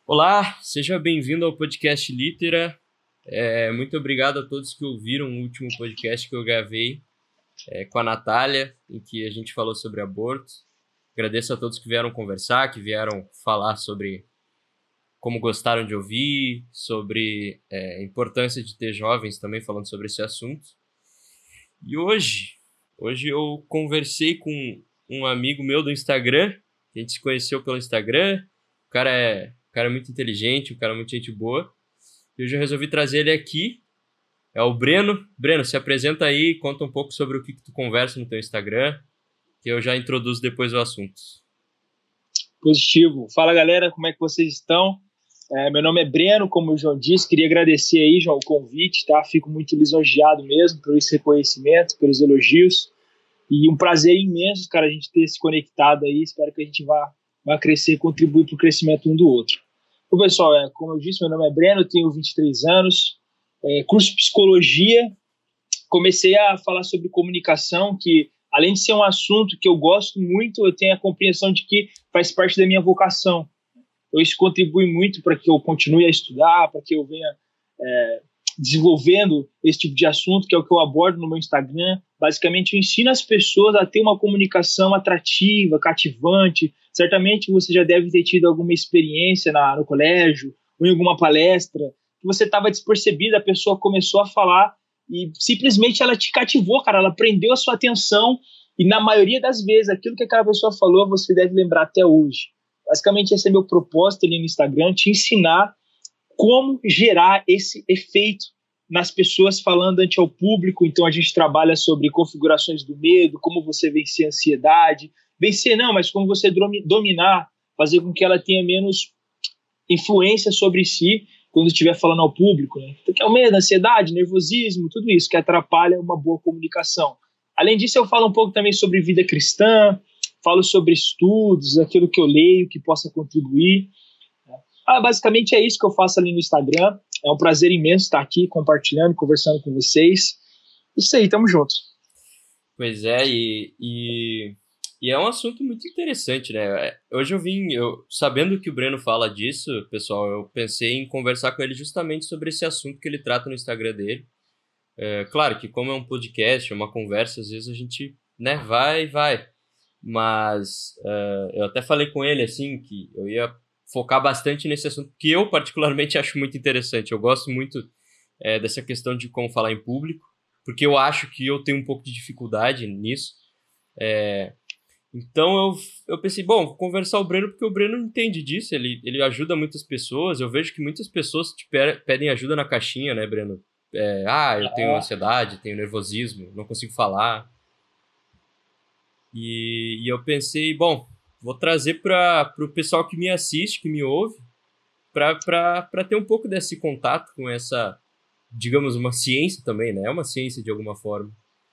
Olá, seja bem-vindo ao podcast Litera. Muito obrigado a todos que ouviram o último podcast que eu gravei com a Natália, em que a gente falou sobre aborto. Agradeço a todos que vieram conversar, que vieram falar sobre como gostaram de ouvir, sobre a importância de ter jovens também falando sobre esse assunto. E hoje eu conversei com um amigo meu do Instagram, que a gente se conheceu pelo Instagram. O cara é muito inteligente, um cara muito gente boa. E hoje eu resolvi trazer ele aqui. É o Breno. Breno, se apresenta aí, conta um pouco sobre o que tu conversa no teu Instagram, que eu já introduzo depois o assunto. Positivo. Fala, galera, como é que vocês estão? Meu nome é Breno, como o João disse, queria agradecer aí, João, o convite, tá? Fico muito lisonjeado mesmo por esse reconhecimento, pelos elogios, e um prazer imenso, cara, a gente ter se conectado aí, espero que a gente vá crescer e contribuir para o crescimento um do outro. Bom, pessoal, como eu disse, meu nome é Breno, tenho 23 anos, curso Psicologia, comecei a falar sobre comunicação, que além de ser um assunto que eu gosto muito, eu tenho a compreensão de que faz parte da minha vocação. Então, isso contribui muito para que eu continue a estudar, para que eu venha desenvolvendo esse tipo de assunto, que é o que eu abordo no meu Instagram. Basicamente, eu ensino as pessoas a ter uma comunicação atrativa, cativante. Certamente você já deve ter tido alguma experiência no colégio ou em alguma palestra, que você estava despercebido, a pessoa começou a falar e simplesmente ela te cativou, cara, ela prendeu a sua atenção e na maioria das vezes aquilo que aquela pessoa falou você deve lembrar até hoje. Basicamente esse é meu propósito ali no Instagram, te ensinar como gerar esse efeito nas pessoas falando ante ao público. Então a gente trabalha sobre configurações do medo, como você vencer a ansiedade, vencer não, mas como você dominar, fazer com que ela tenha menos influência sobre si quando estiver falando ao público, né? Então, que é o medo, ansiedade, nervosismo, tudo isso que atrapalha uma boa comunicação. Além disso, eu falo um pouco também sobre vida cristã, falo sobre estudos, aquilo que eu leio que possa contribuir. Basicamente é isso que eu faço ali no Instagram. É um prazer imenso estar aqui compartilhando, conversando com vocês. Isso aí, tamo junto. Pois é, e é um assunto muito interessante, né? Hoje sabendo que o Breno fala disso, pessoal, eu pensei em conversar com ele justamente sobre esse assunto que ele trata no Instagram dele. Claro que como é um podcast, é uma conversa, às vezes a gente, né, vai. Mas eu até falei com ele, assim, que eu ia focar bastante nesse assunto, que eu particularmente acho muito interessante. Eu gosto muito dessa questão de como falar em público, porque eu acho que eu tenho um pouco de dificuldade nisso. Então eu pensei, bom, vou conversar com o Breno, porque o Breno entende disso, ele ajuda muitas pessoas. Eu vejo que muitas pessoas te pedem ajuda na caixinha, né, Breno? Eu tenho ansiedade, tenho nervosismo, não consigo falar. E eu pensei, bom, vou trazer para o pessoal que me assiste, que me ouve, para ter um pouco desse contato com essa, digamos, uma ciência também, né? É uma ciência de alguma forma.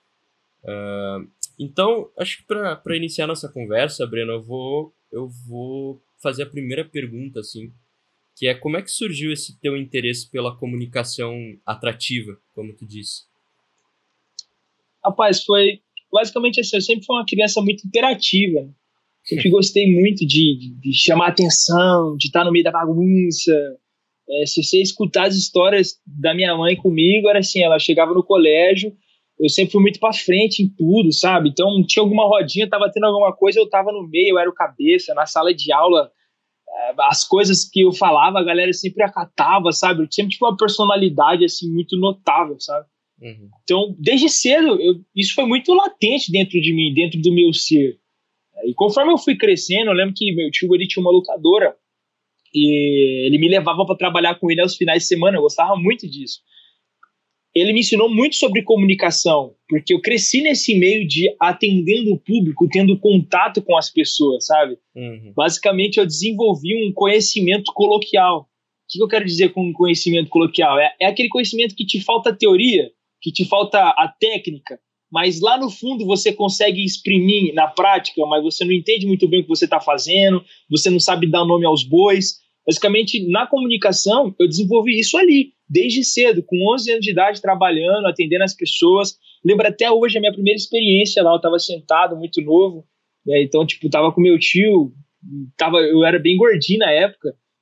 Então, acho que para iniciar nossa conversa, Breno, eu vou fazer a primeira pergunta, assim, que é como é que surgiu esse teu interesse pela comunicação atrativa, como tu disse? Rapaz, foi basicamente assim, eu sempre fui uma criança muito interativa, né? Sempre gostei muito de chamar atenção, de estar no meio da bagunça. Se você escutar as histórias da minha mãe comigo, era assim, ela chegava no colégio, eu sempre fui muito pra frente em tudo, sabe? Então, tinha alguma rodinha, tava tendo alguma coisa, eu tava no meio, eu era o cabeça, na sala de aula, as coisas que eu falava, a galera sempre acatava, sabe? Eu sempre tive uma personalidade, assim, muito notável, sabe? Uhum. Então, desde cedo, isso foi muito latente dentro de mim, dentro do meu ser. E conforme eu fui crescendo, eu lembro que meu tio ele tinha uma locadora e ele me levava para trabalhar com ele aos finais de semana, eu gostava muito disso. Ele me ensinou muito sobre comunicação, porque eu cresci nesse meio de atendendo o público, tendo contato com as pessoas, sabe? Uhum. Basicamente, eu desenvolvi um conhecimento coloquial. O que eu quero dizer com conhecimento coloquial? É aquele conhecimento que te falta a teoria, que te falta a técnica, mas lá no fundo você consegue exprimir na prática, mas você não entende muito bem o que você está fazendo, você não sabe dar nome aos bois. Basicamente, na comunicação, eu desenvolvi isso ali, desde cedo, com 11 anos de idade, trabalhando, atendendo as pessoas. Lembro até hoje a minha primeira experiência lá, eu estava sentado, muito novo, né? Então, tipo, tava com meu tio, eu era bem gordinho na época,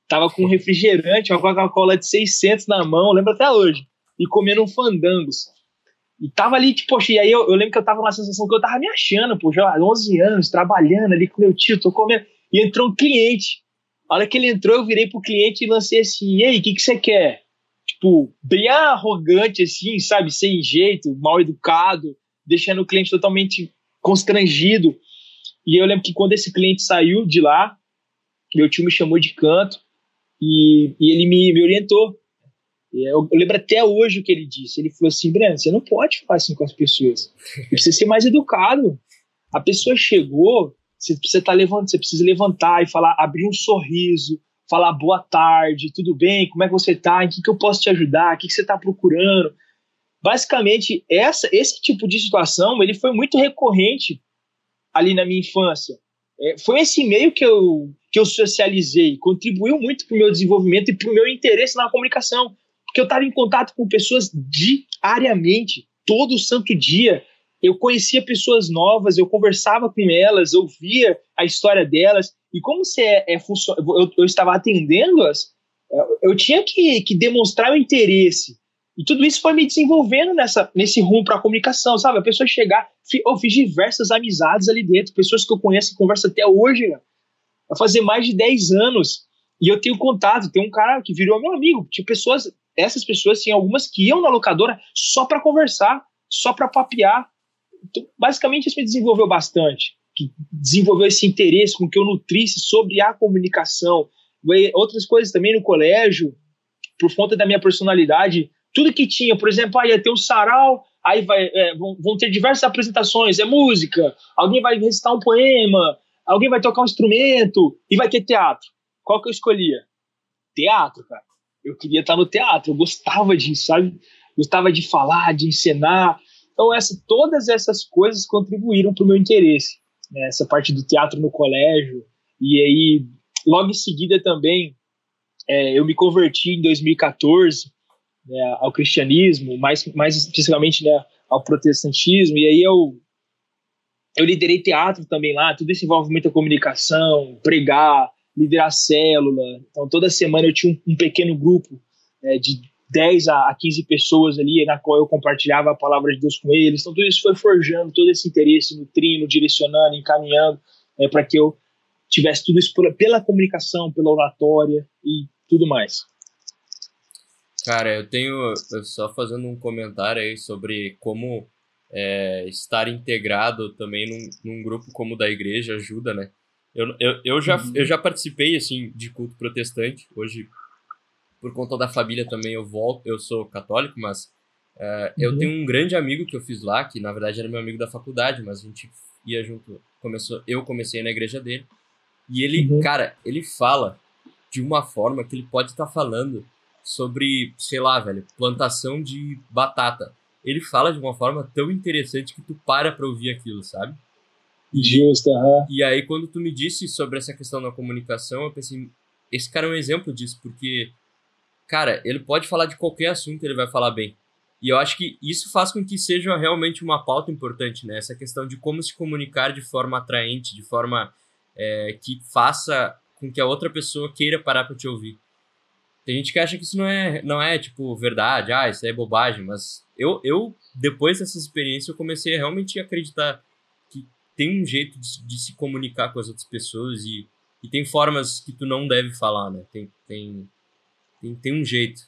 Tava com um refrigerante, uma Coca-Cola de 600 na mão, lembro até hoje, e comendo um Fandangos. E tava ali, tipo, poxa, e aí eu lembro que eu tava numa sensação que eu tava me achando, pô, já há 11 anos, trabalhando ali com meu tio, tô comendo. E entrou um cliente. A hora que ele entrou, eu virei pro cliente e lancei assim, e aí, o que você quer? Tipo, bem arrogante, assim, sabe, sem jeito, mal educado, deixando o cliente totalmente constrangido. E eu lembro que quando esse cliente saiu de lá, meu tio me chamou de canto e ele me orientou. Eu lembro até hoje o que ele disse. Ele falou assim, Breno, você não pode falar assim com as pessoas. Você precisa ser mais educado. A pessoa chegou, você precisa levantar e falar, abrir um sorriso, falar boa tarde, tudo bem, como é que você tá, em que eu posso te ajudar, o que você está procurando. Basicamente, esse tipo de situação ele foi muito recorrente ali na minha infância. Foi esse meio que eu socializei, contribuiu muito para o meu desenvolvimento e para o meu interesse na comunicação, porque eu estava em contato com pessoas diariamente, todo santo dia. Eu conhecia pessoas novas, eu conversava com elas, eu via a história delas, e como eu estava atendendo-as, eu tinha que demonstrar o interesse. E tudo isso foi me desenvolvendo nesse rumo para a comunicação, sabe? A pessoa chegar, eu fiz diversas amizades ali dentro, pessoas que eu conheço e converso até hoje, vai fazer mais de 10 anos, e eu tenho contato, tem um cara que virou meu amigo, essas pessoas, tinham algumas que iam na locadora só para conversar, só para papear. Então, basicamente isso me desenvolveu bastante, que desenvolveu esse interesse com que eu nutrisse sobre a comunicação. Outras coisas também no colégio, por conta da minha personalidade, tudo que tinha, por exemplo, ia ter um sarau, aí vão ter diversas apresentações, música, alguém vai recitar um poema, alguém vai tocar um instrumento e vai ter teatro. Qual que eu escolhia? Teatro, cara. Eu queria estar no teatro, eu gostava disso, sabe? Gostava de falar, de encenar. Então, todas essas coisas contribuíram para o meu interesse, né? Essa parte do teatro no colégio. E aí, logo em seguida também, eu me converti em 2014, né, ao cristianismo, mais especificamente, né, ao protestantismo. E aí eu liderei teatro também lá. Tudo isso envolve muita comunicação, pregar, liderar célula. Então, toda semana eu tinha um pequeno grupo de 10 a 15 pessoas ali, na qual eu compartilhava a palavra de Deus com eles. Então, tudo isso foi forjando todo esse interesse, nutrindo, direcionando, encaminhando, para que eu tivesse tudo isso pela comunicação, pela oratória e tudo mais. Cara, eu só fazendo um comentário aí sobre como estar integrado também num grupo como o da igreja ajuda, né? Eu já participei, assim, de culto protestante. Hoje, por conta da família também, eu sou católico, mas eu tenho um grande amigo que eu fiz lá, que na verdade era meu amigo da faculdade, mas a gente ia junto, eu comecei na igreja dele, e ele, cara, ele fala de uma forma que ele pode estar falando sobre, sei lá, velho, plantação de batata. Ele fala de uma forma tão interessante que tu para pra ouvir aquilo, sabe? Justo, E aí, quando tu me disse sobre essa questão da comunicação, eu pensei, esse cara é um exemplo disso, porque, cara, ele pode falar de qualquer assunto, ele vai falar bem. E eu acho que isso faz com que seja realmente uma pauta importante, né? Essa questão de como se comunicar de forma atraente, de forma que faça com que a outra pessoa queira parar pra te ouvir. Tem gente que acha que isso não é tipo, verdade, isso é bobagem, mas eu depois dessa experiência, eu comecei a realmente acreditar que tem um jeito de se comunicar com as outras pessoas e tem formas que tu não deve falar, né? Tem um jeito.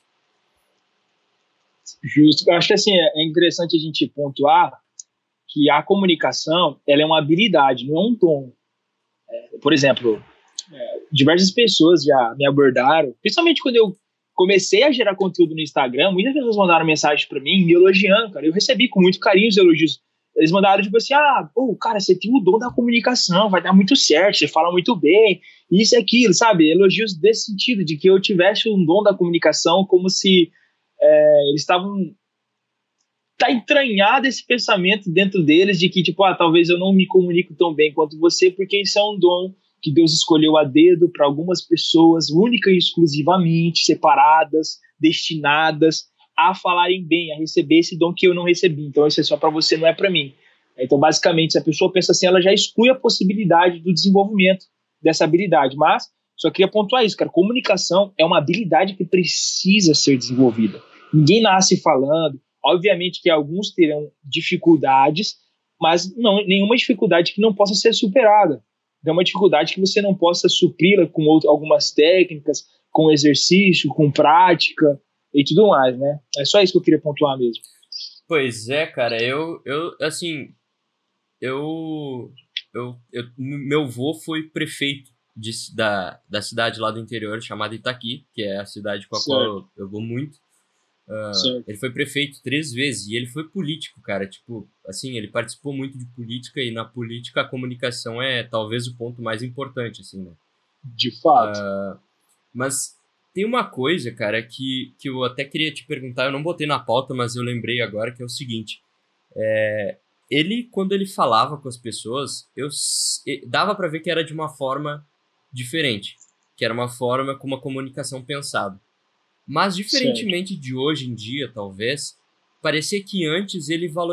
Justo. Eu acho que assim, é interessante a gente pontuar que a comunicação ela é uma habilidade, não é um dom. Por exemplo, diversas pessoas já me abordaram, principalmente quando eu comecei a gerar conteúdo no Instagram, muitas pessoas mandaram mensagem para mim me elogiando, cara. Eu recebi com muito carinho os elogios. Eles mandaram tipo assim, cara, você tem o dom da comunicação, vai dar muito certo, você fala muito bem, isso e aquilo, sabe? Elogios desse sentido, de que eu tivesse um dom da comunicação, como se eles estavam... Tá entranhado esse pensamento dentro deles de que, tipo, talvez eu não me comunico tão bem quanto você, porque isso é um dom que Deus escolheu a dedo para algumas pessoas, única e exclusivamente, separadas, destinadas a falarem bem, a receber esse dom que eu não recebi. Então, isso é só para você, não é para mim. Então, basicamente, se a pessoa pensa assim, ela já exclui a possibilidade do desenvolvimento dessa habilidade. Mas Só queria pontuar isso, cara. Comunicação é uma habilidade que precisa ser desenvolvida. Ninguém nasce falando. Obviamente que alguns terão dificuldades, mas não, nenhuma dificuldade que não possa ser superada. É uma dificuldade que você não possa supri-la com algumas técnicas, com exercício, com prática e tudo mais, né? É só isso que eu queria pontuar mesmo. Pois é, cara, assim, meu avô foi prefeito da cidade lá do interior, chamada Itaqui, que é a cidade com a qual eu vou muito. Ele foi prefeito 3 vezes e ele foi político, cara. Tipo, assim, ele participou muito de política e na política a comunicação é talvez o ponto mais importante, assim, né? De fato. Mas tem uma coisa, cara, que eu até queria te perguntar, eu não botei na pauta, mas eu lembrei agora, que é o seguinte. Quando ele falava com as pessoas, dava pra ver que era de uma forma diferente, que era uma forma com uma comunicação pensada. Mas, diferentemente de hoje em dia, talvez, parecia que antes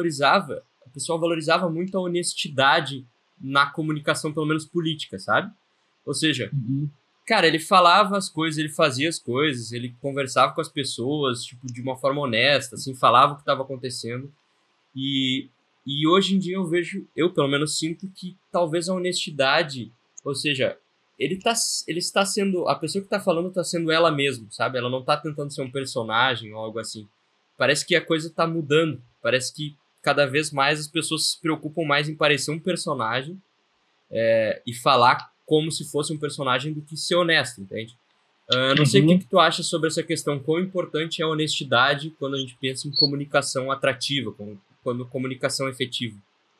a pessoa valorizava muito a honestidade na comunicação, pelo menos política, sabe? Ou seja, cara, ele falava as coisas, ele fazia as coisas, ele conversava com as pessoas, tipo, de uma forma honesta, assim, falava o que estava acontecendo. E hoje em dia eu pelo menos sinto que talvez a honestidade, ou seja, ele está sendo, a pessoa que está falando está sendo ela mesma, sabe? Ela não está tentando ser um personagem ou algo assim. Parece que a coisa está mudando, parece que cada vez mais as pessoas se preocupam mais em parecer um personagem e falar como se fosse um personagem do que ser honesto, entende? Não sei o que tu acha sobre essa questão, quão importante é a honestidade quando a gente pensa em comunicação atrativa, quando comunicação efetiva.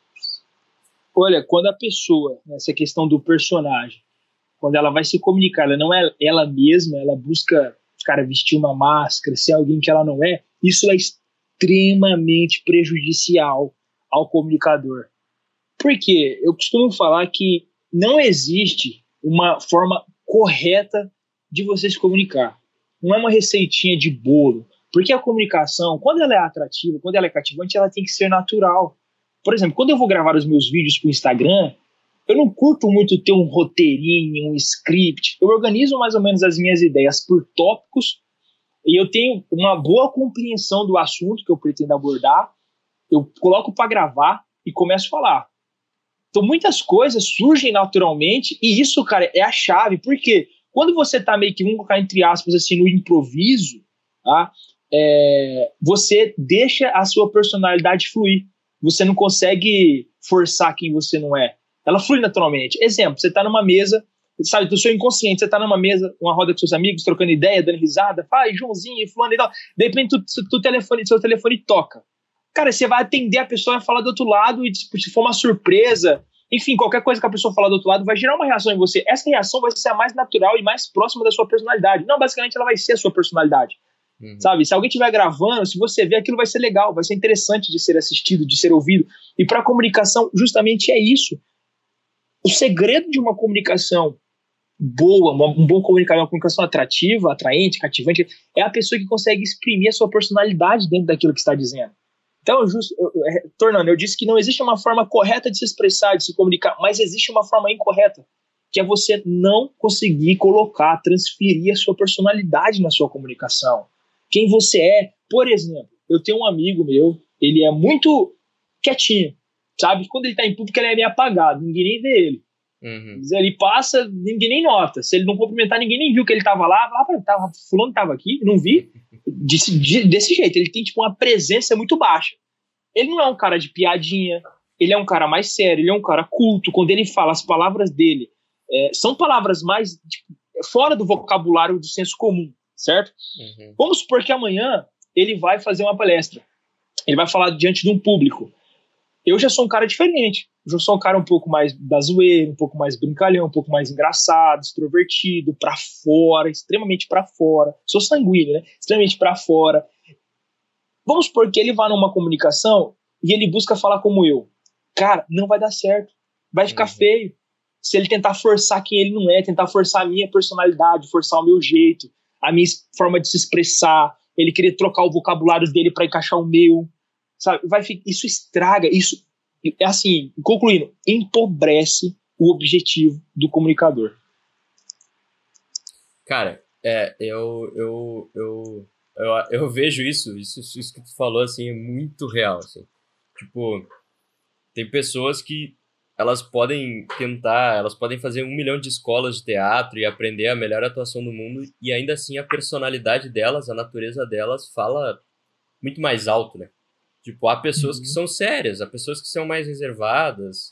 Olha, quando a pessoa, nessa questão do personagem, quando ela vai se comunicar, ela não é ela mesma, ela busca, cara, vestir uma máscara, ser alguém que ela não é, isso é extremamente prejudicial ao comunicador. Por quê? Eu costumo falar que não existe uma forma correta de você se comunicar. Não é uma receitinha de bolo. Porque a comunicação, quando ela é atrativa, quando ela é cativante, ela tem que ser natural. Por exemplo, quando eu vou gravar os meus vídeos para o Instagram, eu não curto muito ter um roteirinho, um script. Eu organizo mais ou menos as minhas ideias por tópicos e eu tenho uma boa compreensão do assunto que eu pretendo abordar. Eu coloco para gravar e começo a falar. Então, muitas coisas surgem naturalmente e isso, cara, é a chave. Por quê? Quando você tá meio que, vamos colocar entre aspas, assim, no improviso, tá? Você deixa a sua personalidade fluir. Você não consegue forçar quem você não é. Ela flui naturalmente. Exemplo, você tá numa mesa, sabe, do seu inconsciente, você tá numa mesa, uma roda com seus amigos, trocando ideia, dando risada, fala, Joãozinho, fulano e tal. De repente, seu telefone toca. Cara, você vai atender, a pessoa vai falar do outro lado e se for uma surpresa, enfim, qualquer coisa que a pessoa falar do outro lado vai gerar uma reação em você. Essa reação vai ser a mais natural e mais próxima da sua personalidade. Não, basicamente ela vai ser a sua personalidade. Sabe? Se alguém estiver gravando, se você ver, aquilo vai ser legal, vai ser interessante de ser assistido, de ser ouvido. E para a comunicação, justamente é isso. O segredo de uma comunicação boa, um bom comunicador, uma comunicação atrativa, atraente, cativante, é a pessoa que consegue exprimir a sua personalidade dentro daquilo que está dizendo. Então, eu disse que não existe uma forma correta de se expressar, de se comunicar, mas existe uma forma incorreta, que é você não conseguir colocar, transferir a sua personalidade na sua comunicação. Quem você é. Por exemplo, eu tenho um amigo meu, ele é muito quietinho, sabe? Quando ele tá em público, ele é meio apagado, ninguém nem vê ele. Ele passa, ninguém nem nota. Se ele não cumprimentar, ninguém nem viu que ele tava lá. Fulano tava aqui, não vi. Desse jeito, ele tem tipo uma presença muito baixa. Ele não é um cara de piadinha, ele é um cara mais sério, ele é um cara culto. Quando ele fala, as palavras dele são palavras mais tipo, fora do vocabulário do senso comum, certo? Vamos supor que amanhã ele vai fazer uma palestra, ele vai falar diante de um público. Eu já sou um cara diferente, eu já sou um cara um pouco mais da zoeira, um pouco mais brincalhão, um pouco mais engraçado, extrovertido, pra fora, extremamente pra fora. Sou sanguíneo, né? Extremamente pra fora. Vamos supor que ele vá numa comunicação e ele busca falar como eu. Cara, não vai dar certo. Vai ficar feio. Se ele tentar forçar quem ele não é, tentar forçar a minha personalidade, forçar o meu jeito, a minha forma de se expressar, ele querer trocar o vocabulário dele para encaixar o meu, sabe? Isso estraga, isso, assim, concluindo, empobrece o objetivo do comunicador. Cara, eu vejo isso que tu falou, assim, é muito real, assim. Tipo, tem pessoas que elas podem fazer 1 milhão de escolas de teatro e aprender a melhor atuação do mundo, e ainda assim a personalidade delas, a natureza delas fala muito mais alto, né? Tipo, há pessoas que Uhum. são sérias, há pessoas que são mais reservadas,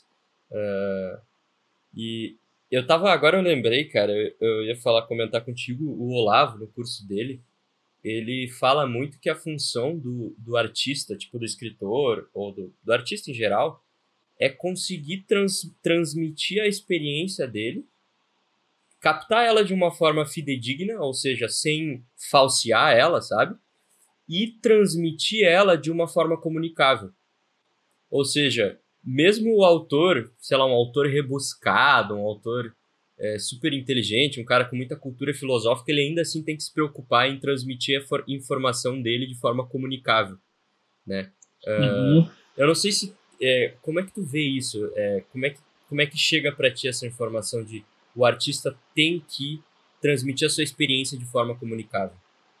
e agora eu lembrei, cara, eu ia comentar contigo, o Olavo, no curso dele, ele fala muito que a função do artista, tipo do escritor, ou do artista em geral, é conseguir transmitir a experiência dele, captar ela de uma forma fidedigna, ou seja, sem falsear ela, sabe? E transmitir ela de uma forma comunicável. Ou seja, mesmo o autor, sei lá, um autor rebuscado, um autor super inteligente, um cara com muita cultura filosófica, ele ainda assim tem que se preocupar em transmitir a informação dele de forma comunicável, né? Uhum. Eu não sei se... como é que tu vê isso? Como é que chega para ti essa informação de o artista tem que transmitir a sua experiência de forma comunicável?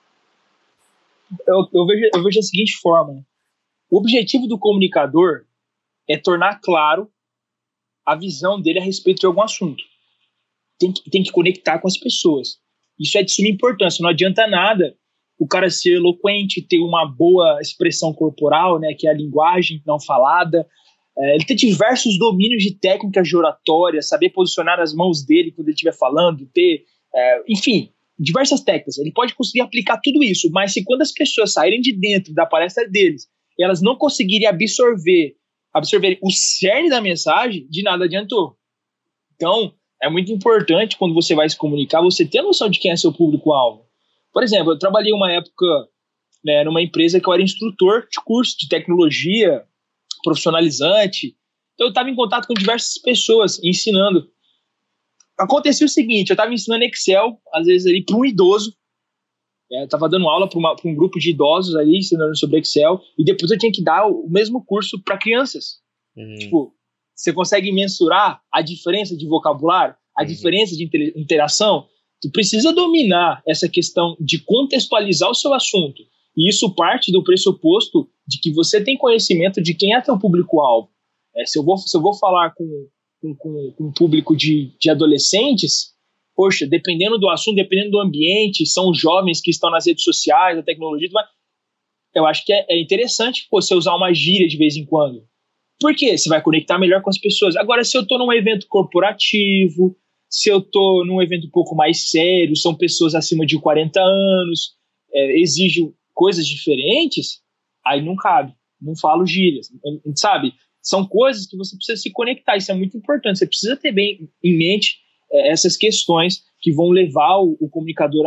Eu vejo da seguinte forma, né? O objetivo do comunicador é tornar claro a visão dele a respeito de algum assunto. Tem que conectar com as pessoas. Isso é de suma importância. Não adianta nada o cara ser eloquente, ter uma boa expressão corporal, né, que é a linguagem não falada. Ele ter diversos domínios de técnicas de oratória, saber posicionar as mãos dele quando ele estiver falando, enfim, diversas técnicas. Ele pode conseguir aplicar tudo isso, mas se quando as pessoas saírem de dentro da palestra deles, elas não conseguirem absorver o cerne da mensagem, de nada adiantou. Então, é muito importante quando você vai se comunicar, você ter a noção de quem é seu público-alvo. Por exemplo, eu trabalhei uma época, né, numa empresa que eu era instrutor de curso de tecnologia profissionalizante. Então, eu estava em contato com diversas pessoas, ensinando. Acontecia o seguinte, eu estava ensinando Excel, às vezes ali para um idoso, eu estava dando aula para um grupo de idosos ali, ensinando sobre Excel, e depois eu tinha que dar o mesmo curso para crianças. Tipo, você consegue mensurar a diferença de vocabulário, a diferença de interação? Tu precisa dominar essa questão de contextualizar o seu assunto. E isso parte do pressuposto de que você tem conhecimento de quem é teu público-alvo. Se eu vou falar com um público de adolescentes, poxa, dependendo do assunto, dependendo do ambiente, são jovens que estão nas redes sociais, a tecnologia, eu acho que é interessante você usar uma gíria de vez em quando. Por quê? Você vai conectar melhor com as pessoas. Agora, se eu estou num evento corporativo, se eu estou num evento um pouco mais sério, são pessoas acima de 40 anos, exigem coisas diferentes, aí não cabe. Não falo gírias, sabe? São coisas que você precisa se conectar, isso é muito importante. Você precisa ter bem em mente essas questões que vão levar o comunicador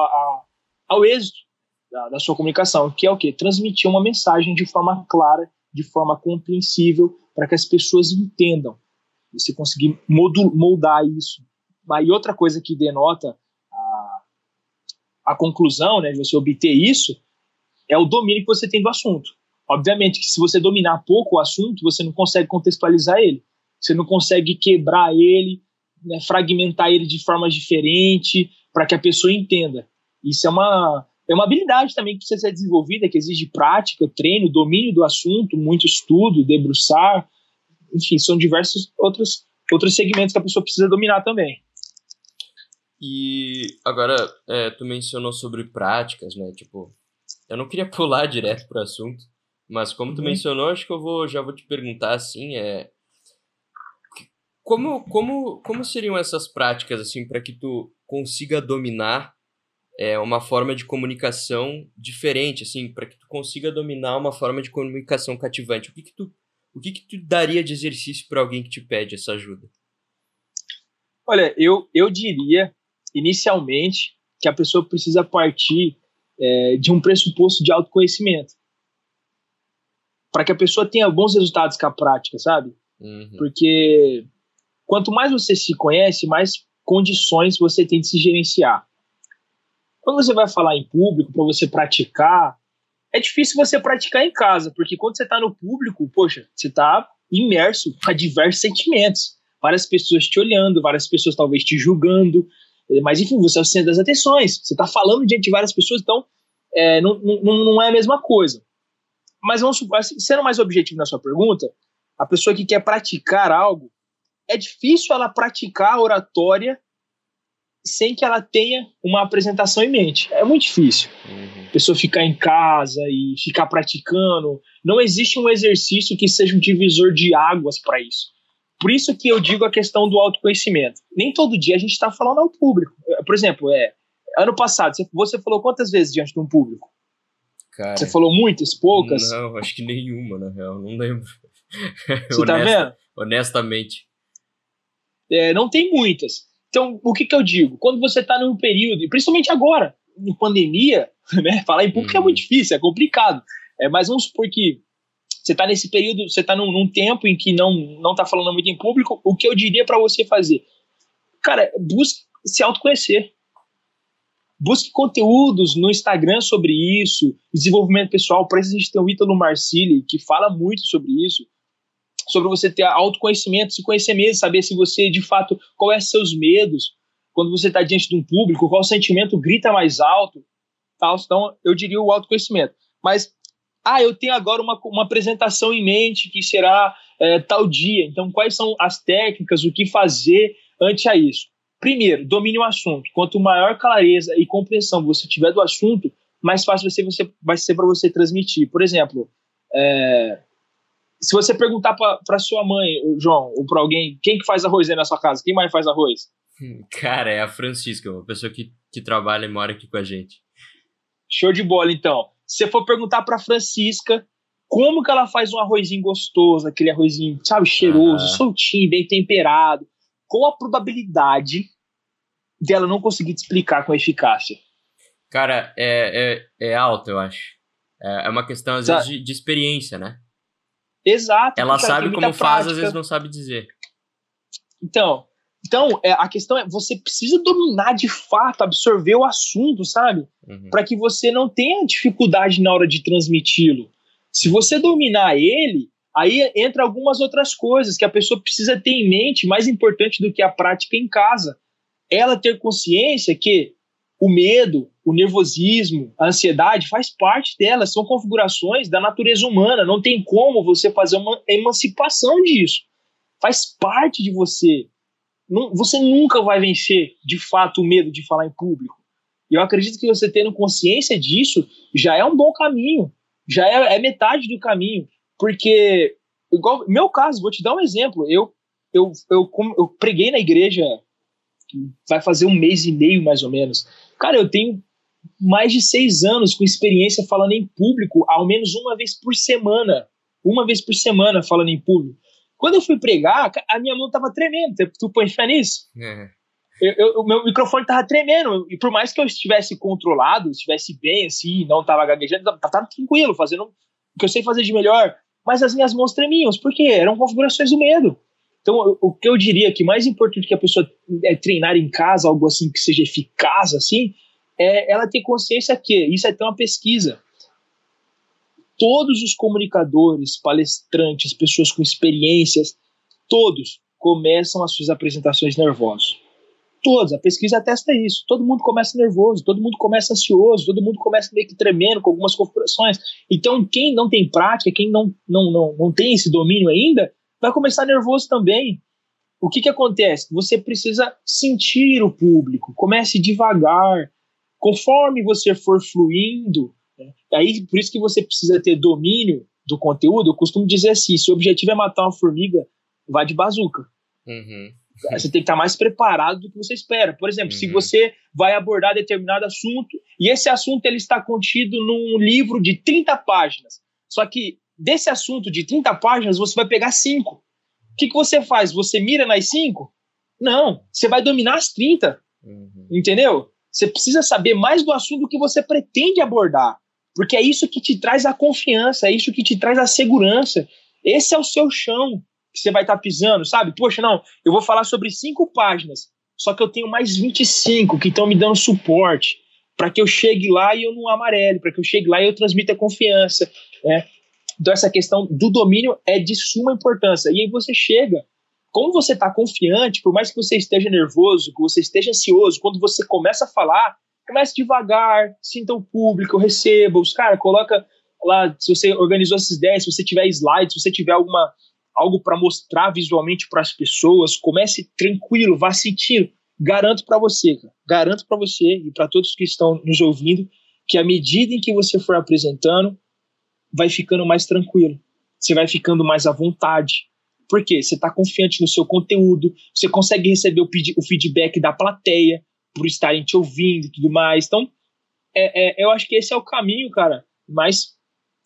ao êxito da sua comunicação, que é o quê? Transmitir uma mensagem de forma clara, de forma compreensível, para que as pessoas entendam. Você conseguir moldar isso. E outra coisa que denota a conclusão, né, de você obter isso, é o domínio que você tem do assunto. Obviamente que se você dominar pouco o assunto, você não consegue contextualizar ele. Você não consegue quebrar ele, né, fragmentar ele de formas diferentes, para que a pessoa entenda. Isso é uma habilidade também que precisa ser desenvolvida, que exige prática, treino, domínio do assunto, muito estudo, debruçar. Enfim, são diversos outros segmentos que a pessoa precisa dominar também. E agora, tu mencionou sobre práticas, né? Tipo, eu não queria pular direto pro assunto, mas como tu mencionou, acho que já vou te perguntar assim, como seriam essas práticas assim para que tu consiga dominar uma forma de comunicação diferente, assim, para que tu consiga dominar uma forma de comunicação cativante? O que que tu daria de exercício para alguém que te pede essa ajuda? Olha, eu diria, inicialmente, que a pessoa precisa partir de um pressuposto de autoconhecimento, para que a pessoa tenha bons resultados com a prática, sabe? Porque quanto mais você se conhece, mais condições você tem de se gerenciar. Quando você vai falar em público, para você praticar, é difícil você praticar em casa, porque quando você está no público, poxa, você está imerso a diversos sentimentos. Várias pessoas te olhando, várias pessoas talvez te julgando. Mas, enfim, você é o centro das atenções, você está falando diante de várias pessoas, então não é a mesma coisa. Mas vamos supor, sendo mais objetivo na sua pergunta, a pessoa que quer praticar algo, é difícil ela praticar a oratória sem que ela tenha uma apresentação em mente. É muito difícil. A pessoa ficar em casa e ficar praticando. Não existe um exercício que seja um divisor de águas para isso. Por isso que eu digo a questão do autoconhecimento. Nem todo dia a gente está falando ao público. Por exemplo, ano passado, você falou quantas vezes diante de um público? Cara, você falou muitas, poucas? Não, acho que nenhuma, na real. Não lembro. Você tá vendo? Honestamente. Não tem muitas. Então, o que eu digo? Quando você está num período, e principalmente agora, em pandemia, né, falar em público é muito difícil, é complicado. Mas vamos supor que você está nesse período, você está num tempo em que não está falando muito em público, o que eu diria para você fazer? Cara, busque se autoconhecer. Busque conteúdos no Instagram sobre isso, desenvolvimento pessoal. Para isso a gente tem o Ítalo Marcilli, que fala muito sobre isso, sobre você ter autoconhecimento, se conhecer mesmo, saber se você, de fato, quais são seus medos, quando você está diante de um público, qual sentimento grita mais alto, tal. Então, eu diria o autoconhecimento. Mas, eu tenho agora uma apresentação em mente que será tal dia. Então, quais são as técnicas, o que fazer ante a isso? Primeiro, domine o assunto. Quanto maior clareza e compreensão você tiver do assunto, mais fácil vai ser para você transmitir. Por exemplo, se você perguntar para sua mãe, João, ou para alguém, quem que faz arroz aí na sua casa? Quem mais faz arroz? Cara, é a Francisca, uma pessoa que trabalha e mora aqui com a gente. Show de bola, então. Se você for perguntar para Francisca como que ela faz um arrozinho gostoso, aquele arrozinho, sabe, cheiroso, soltinho, bem temperado, qual a probabilidade dela não conseguir te explicar com eficácia? Cara, é alta, eu acho. É uma questão, às vezes, de experiência, né? Exato. Ela sabe como faz, às vezes não sabe dizer. Então a questão é, você precisa dominar de fato, absorver o assunto, sabe? Para que você não tenha dificuldade na hora de transmiti-lo. Se você dominar ele, aí entra algumas outras coisas que a pessoa precisa ter em mente, mais importante do que a prática em casa. Ela ter consciência que o medo, o nervosismo, a ansiedade faz parte dela, são configurações da natureza humana, não tem como você fazer uma emancipação disso. Faz parte de você. Você nunca vai vencer, de fato, o medo de falar em público. E eu acredito que você tendo consciência disso já é um bom caminho, já é metade do caminho. Porque, igual meu caso, vou te dar um exemplo. Eu preguei na igreja, vai fazer 1 mês e meio, mais ou menos. Cara, eu tenho mais de 6 anos com experiência falando em público, ao menos uma vez por semana. Uma vez por semana falando em público. Quando eu fui pregar, a minha mão tava tremendo. Tu põe fé nisso? O meu microfone tava tremendo. E por mais que eu estivesse controlado, estivesse bem, assim, não tava gaguejando, tava tranquilo, fazendo o que eu sei fazer de melhor. Mas as minhas mãos tremiam. Por quê? Eram configurações do medo. Então, o que eu diria que mais importante que a pessoa treinar em casa, algo assim que seja eficaz, assim, é ela ter consciência que isso é ter uma pesquisa. Todos os comunicadores, palestrantes, pessoas com experiências, todos começam as suas apresentações nervosos. Todos, a pesquisa atesta isso. Todo mundo começa nervoso, todo mundo começa ansioso, todo mundo começa meio que tremendo com algumas configurações. Então, quem não tem prática, quem não tem esse domínio ainda, vai começar nervoso também. O que acontece? Você precisa sentir o público, comece devagar. Conforme você for fluindo, aí por isso que você precisa ter domínio do conteúdo. Eu costumo dizer assim, se o objetivo é matar uma formiga, vá de bazuca. Você tem que estar mais preparado do que você espera. Por exemplo, se você vai abordar determinado assunto, e esse assunto ele está contido num livro de 30 páginas, só que desse assunto de 30 páginas você vai pegar 5. O que você faz? Você mira nas 5? Não, você vai dominar as 30. Entendeu? Você precisa saber mais do assunto que você pretende abordar, porque é isso que te traz a confiança, é isso que te traz a segurança. Esse é o seu chão que você vai estar pisando, sabe? Poxa, não, eu vou falar sobre 5 páginas, só que eu tenho mais 25 que estão me dando suporte para que eu chegue lá e eu não amarele, para que eu chegue lá e eu transmita confiança, né? Então essa questão do domínio é de suma importância. E aí você chega como você está confiante, por mais que você esteja nervoso, que você esteja ansioso, quando você começa a falar, comece devagar, sinta o público, receba os caras, coloca lá, se você organizou essas ideias, se você tiver slides, se você tiver algo para mostrar visualmente para as pessoas, comece tranquilo, vá sentindo. Garanto para você, cara, garanto para você e para todos que estão nos ouvindo, que à medida em que você for apresentando, vai ficando mais tranquilo, você vai ficando mais à vontade. Por quê? Você está confiante no seu conteúdo, você consegue receber o feedback da plateia por estarem te ouvindo e tudo mais. Então, eu acho que esse é o caminho, cara, mais,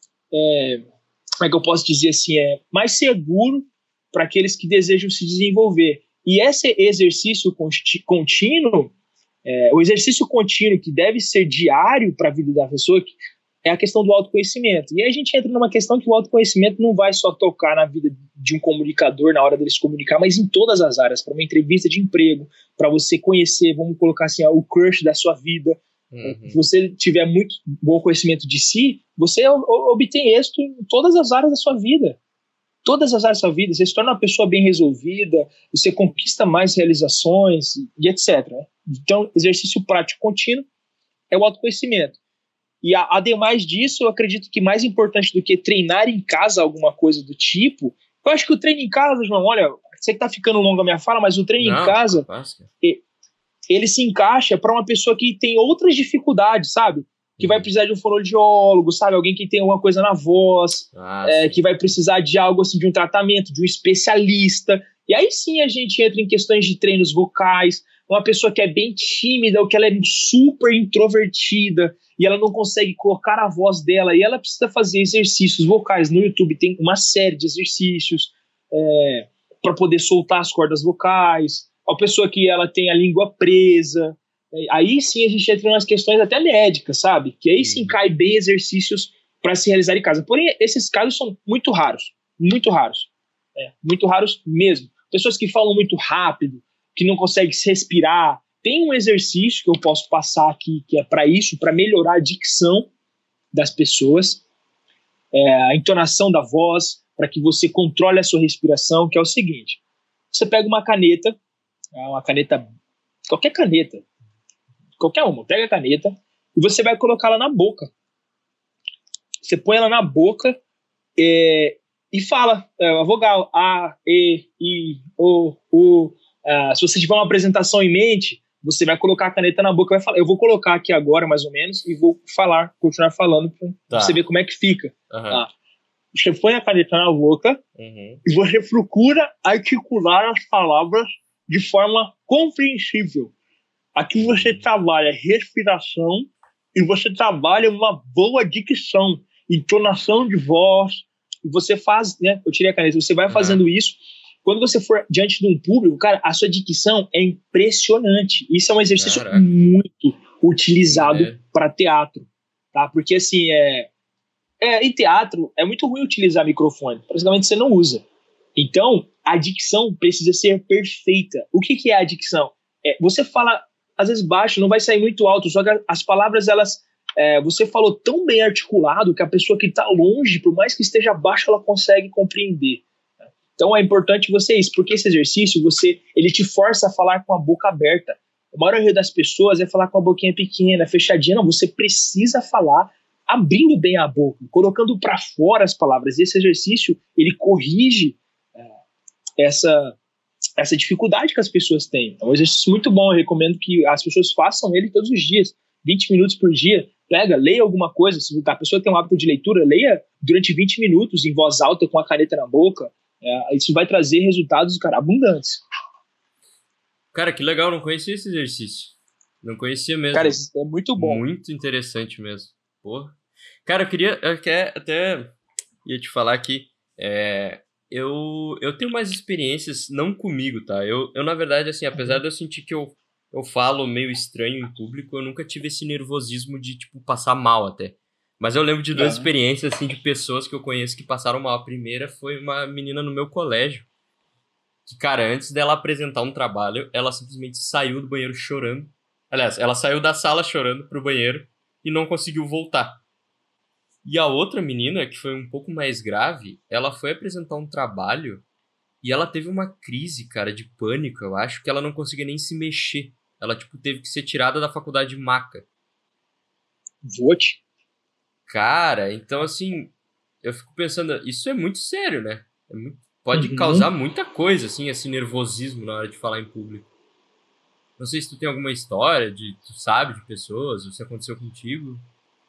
como é que eu posso dizer assim, mais seguro para aqueles que desejam se desenvolver. E esse exercício contínuo, o exercício contínuo que deve ser diário para a vida da pessoa, é a questão do autoconhecimento. E aí a gente entra numa questão que o autoconhecimento não vai só tocar na vida de um comunicador, na hora dele se comunicar, mas em todas as áreas, para uma entrevista de emprego, para você conhecer, vamos colocar assim, o crush da sua vida. Se você tiver muito bom conhecimento de si, você obtém êxito em todas as áreas da sua vida. Todas as áreas da sua vida. Você se torna uma pessoa bem resolvida, você conquista mais realizações e etc. Então, exercício prático contínuo é o autoconhecimento. E ademais disso, eu acredito que mais importante do que treinar em casa alguma coisa do tipo, eu acho que o treino em casa, João, olha, sei que tá ficando longa a minha fala, mas o treino em casa, ele se encaixa para uma pessoa que tem outras dificuldades, sabe? Que vai precisar de um fonoaudiólogo, sabe? Alguém que tem alguma coisa na voz, que vai precisar de algo assim, de um tratamento, de um especialista. E aí sim a gente entra em questões de treinos vocais, uma pessoa que é bem tímida ou que ela é super introvertida e ela não consegue colocar a voz dela e ela precisa fazer exercícios vocais. No YouTube tem uma série de exercícios para poder soltar as cordas vocais. A pessoa que ela tem a língua presa, aí sim a gente entra em umas questões até médicas, sabe? Que aí sim cai bem exercícios para se realizar em casa. Porém, esses casos são muito raros, muito raros. Muito raros mesmo. Pessoas que falam muito rápido, que não conseguem se respirar. Tem um exercício que eu posso passar aqui, que é para isso, para melhorar a dicção das pessoas, a entonação da voz, para que você controle a sua respiração, que é o seguinte. Você pega uma caneta, qualquer caneta, qualquer uma, pega a caneta e você vai colocá-la na boca. Você põe ela na boca e fala a vogal A, E, I, O, U. Se você tiver uma apresentação em mente, você vai colocar a caneta na boca e vai falar. Eu vou colocar aqui agora, mais ou menos, e vou continuar falando para você ver como é que fica. Tá? Você põe a caneta na boca e você procura articular as palavras de forma compreensível. Aqui você trabalha respiração e você trabalha uma boa dicção, entonação de voz. E você faz, né? Eu tirei a caneta, você vai fazendo isso. Quando você for diante de um público, cara, a sua dicção é impressionante. Isso é um exercício muito utilizado para teatro, tá? Porque, assim, em teatro é muito ruim utilizar microfone. Praticamente você não usa. Então, a dicção precisa ser perfeita. O que é a dicção? Você fala, às vezes, baixo, não vai sair muito alto, só que as palavras, você falou tão bem articulado que a pessoa que está longe, por mais que esteja baixo, ela consegue compreender. Então é importante isso, porque esse exercício, ele te força a falar com a boca aberta. A maioria das pessoas é falar com a boquinha pequena, fechadinha. Não, você precisa falar abrindo bem a boca, colocando para fora as palavras. E esse exercício, ele corrige essa dificuldade que as pessoas têm. É um exercício muito bom, eu recomendo que as pessoas façam ele todos os dias, 20 minutos por dia. Leia alguma coisa, se a pessoa tem um hábito de leitura, leia durante 20 minutos em voz alta com a caneta na boca. Isso vai trazer resultados, cara, abundantes. Cara, que legal, não conhecia esse exercício. Não conhecia mesmo. Cara, é muito bom. Muito interessante mesmo. Porra. Cara, eu até ia te falar que eu tenho mais experiências, não comigo, tá? Eu na verdade, assim, apesar de eu sentir que eu falo meio estranho em público, eu nunca tive esse nervosismo de, tipo, passar mal até. Mas eu lembro de duas experiências, assim, de pessoas que eu conheço que passaram mal. A primeira foi uma menina no meu colégio, que, cara, antes dela apresentar um trabalho, ela simplesmente saiu do banheiro chorando. Aliás, ela saiu da sala chorando pro banheiro e não conseguiu voltar. E a outra menina, que foi um pouco mais grave, ela foi apresentar um trabalho E ela teve uma crise, cara, de pânico, eu acho, que ela não conseguia nem se mexer. Ela, tipo, teve que ser tirada da faculdade de maca. Vote. Cara, então, assim, eu fico pensando, isso é muito sério, né? Pode causar Uhum. muita coisa, assim, esse nervosismo na hora de falar em público. Não sei se tu tem alguma história, tu sabe, de pessoas, ou se aconteceu contigo.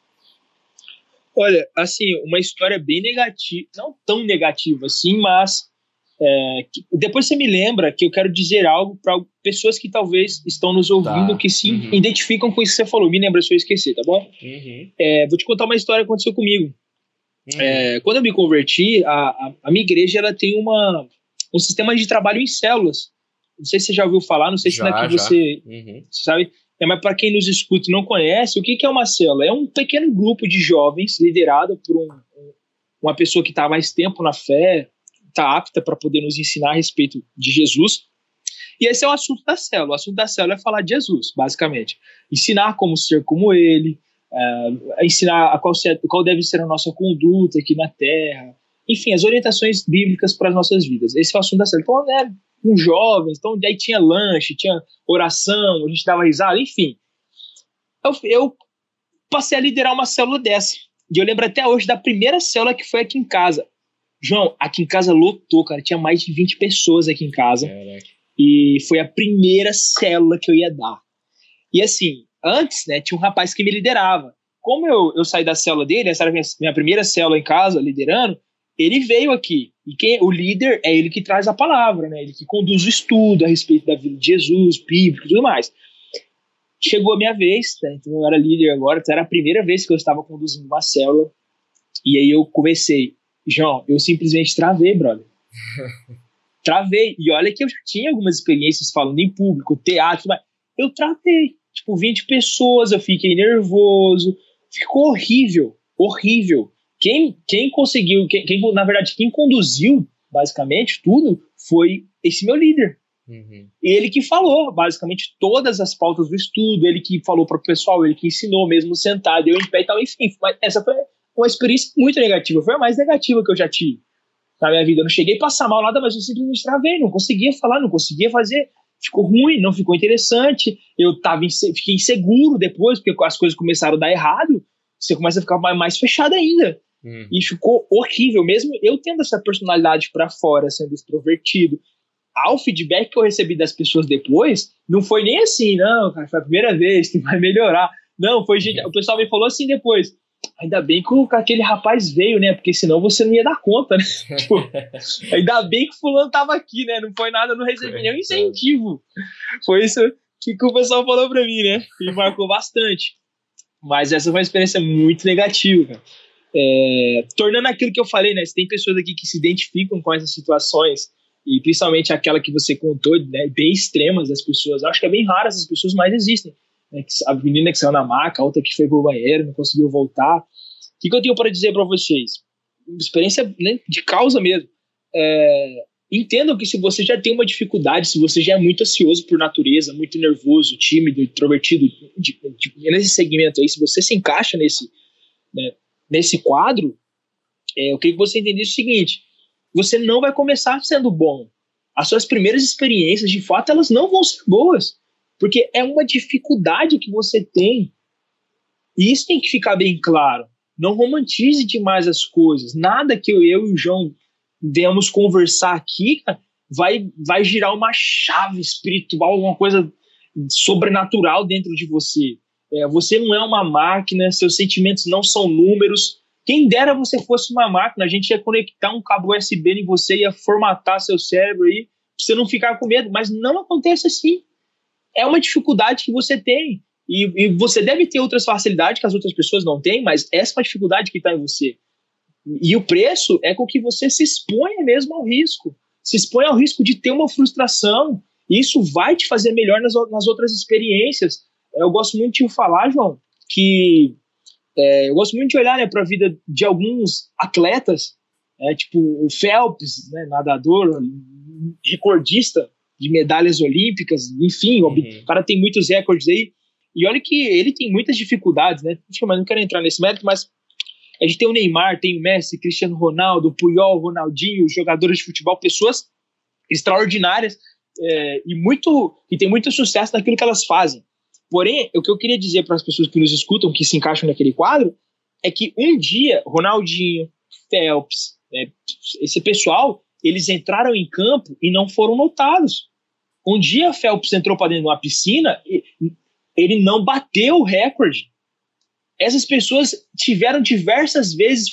Olha, assim, uma história bem negativa, não tão negativa assim, mas depois você me lembra que eu quero dizer algo para pessoas que talvez estão nos ouvindo Tá. que se identificam com isso que você falou. Me lembra se eu esquecer, tá bom? Uhum. Vou te contar uma história que aconteceu comigo. Uhum. Quando eu me converti, a minha igreja ela tem um sistema de trabalho em células. Não sei se você já ouviu falar, não sei se daqui Já. você Uhum. sabe. Mas para quem nos escuta e não conhece, o que é uma célula? É um pequeno grupo de jovens liderado por uma pessoa que está há mais tempo na fé, está apta para poder nos ensinar a respeito de Jesus. E esse é o assunto da célula. O assunto da célula é falar de Jesus, basicamente. Ensinar como ser como ele, ensinar qual deve ser a nossa conduta aqui na Terra. Enfim, as orientações bíblicas para as nossas vidas. Esse é o assunto da célula. Então, né, com jovens, então daí tinha lanche, tinha oração, a gente dava risada, enfim. Eu passei a liderar uma célula dessa. E eu lembro até hoje da primeira célula que foi aqui em casa. João, aqui em casa lotou, cara. Tinha mais de 20 pessoas aqui em casa. Caraca. E foi a primeira célula que eu ia dar. E assim, antes, né, tinha um rapaz que me liderava. Como eu saí da célula dele, essa era a minha primeira célula em casa, liderando, ele veio aqui. E o líder é ele que traz a palavra, né? Ele que conduz o estudo a respeito da vida de Jesus, bíblico e tudo mais. Chegou a minha vez, né? Então eu era líder agora, então era a primeira vez que eu estava conduzindo uma célula. E aí eu comecei, João, eu simplesmente travei, brother. Travei. E olha que eu já tinha algumas experiências falando em público, teatro, mas eu travei. Tipo, 20 pessoas, eu fiquei nervoso. Ficou horrível, horrível. Quem conseguiu, na verdade, quem conduziu, basicamente, tudo, foi esse meu líder. Uhum. Ele que falou, basicamente, todas as pautas do estudo, ele que falou para o pessoal, ele que ensinou mesmo sentado, eu em pé e tal, enfim. Mas essa foi uma experiência muito negativa, foi a mais negativa que eu já tive na minha vida. Eu não cheguei a passar mal nada, mas eu simplesmente travei, não conseguia falar, não conseguia fazer. Ficou ruim, não ficou interessante. Fiquei inseguro depois, porque as coisas começaram a dar errado. Você começa a ficar mais fechado ainda. E ficou horrível, mesmo eu tendo essa personalidade para fora, sendo extrovertido. O feedback que eu recebi das pessoas depois não foi nem assim, não, cara, foi a primeira vez que vai melhorar. Não, foi gente. O pessoal me falou assim depois. Ainda bem que aquele rapaz veio, né? Porque senão você não ia dar conta, né? Tipo, ainda bem que o fulano tava aqui, né? Não foi nada, não recebi nenhum incentivo. Foi isso que o pessoal falou pra mim, né? E marcou bastante. Mas essa foi uma experiência muito negativa, cara. Tornando aquilo que eu falei, né? Tem pessoas aqui que se identificam com essas situações, e principalmente aquela que você contou, né, bem extremas das pessoas. Acho que é bem raro essas pessoas, mas existem. A menina que saiu na maca, a outra que foi pro banheiro, não conseguiu voltar. O que eu tenho para dizer para vocês? Experiência, né, de causa mesmo. Entendam que se você já tem uma dificuldade, se você já é muito ansioso por natureza, muito nervoso, tímido, introvertido, nesse segmento aí, se você se encaixa nesse quadro, eu queria que você entendesse o seguinte: você não vai começar sendo bom. As suas primeiras experiências, de fato, elas não vão ser boas. Porque é uma dificuldade que você tem. E isso tem que ficar bem claro. Não romantize demais as coisas. Nada que eu e o João venhamos conversar aqui vai girar uma chave espiritual, alguma coisa sobrenatural dentro de você. Você não é uma máquina, seus sentimentos não são números. Quem dera você fosse uma máquina, a gente ia conectar um cabo USB em você, ia formatar seu cérebro aí, pra você não ficar com medo. Mas não acontece assim. É uma dificuldade que você tem. E você deve ter outras facilidades que as outras pessoas não têm, mas essa é uma dificuldade que está em você. E o preço é com que você se exponha mesmo ao risco. Se expõe ao risco de ter uma frustração. E isso vai te fazer melhor nas outras experiências. Eu gosto muito de falar, João, que eu gosto muito de olhar, né, para a vida de alguns atletas, tipo o Phelps, né, nadador, recordista de medalhas olímpicas, enfim, o cara tem muitos recordes aí, e olha que ele tem muitas dificuldades, né? Mas não quero entrar nesse mérito, mas a gente tem o Neymar, tem o Messi, Cristiano Ronaldo, Puyol, Ronaldinho, jogadores de futebol, pessoas extraordinárias e tem muito sucesso naquilo que elas fazem. Porém, o que eu queria dizer para as pessoas que nos escutam, que se encaixam naquele quadro, é que um dia Ronaldinho, Phelps, esse pessoal, eles entraram em campo e não foram notados. Um dia Phelps entrou para dentro de uma piscina e ele não bateu o recorde. Essas pessoas tiveram diversas vezes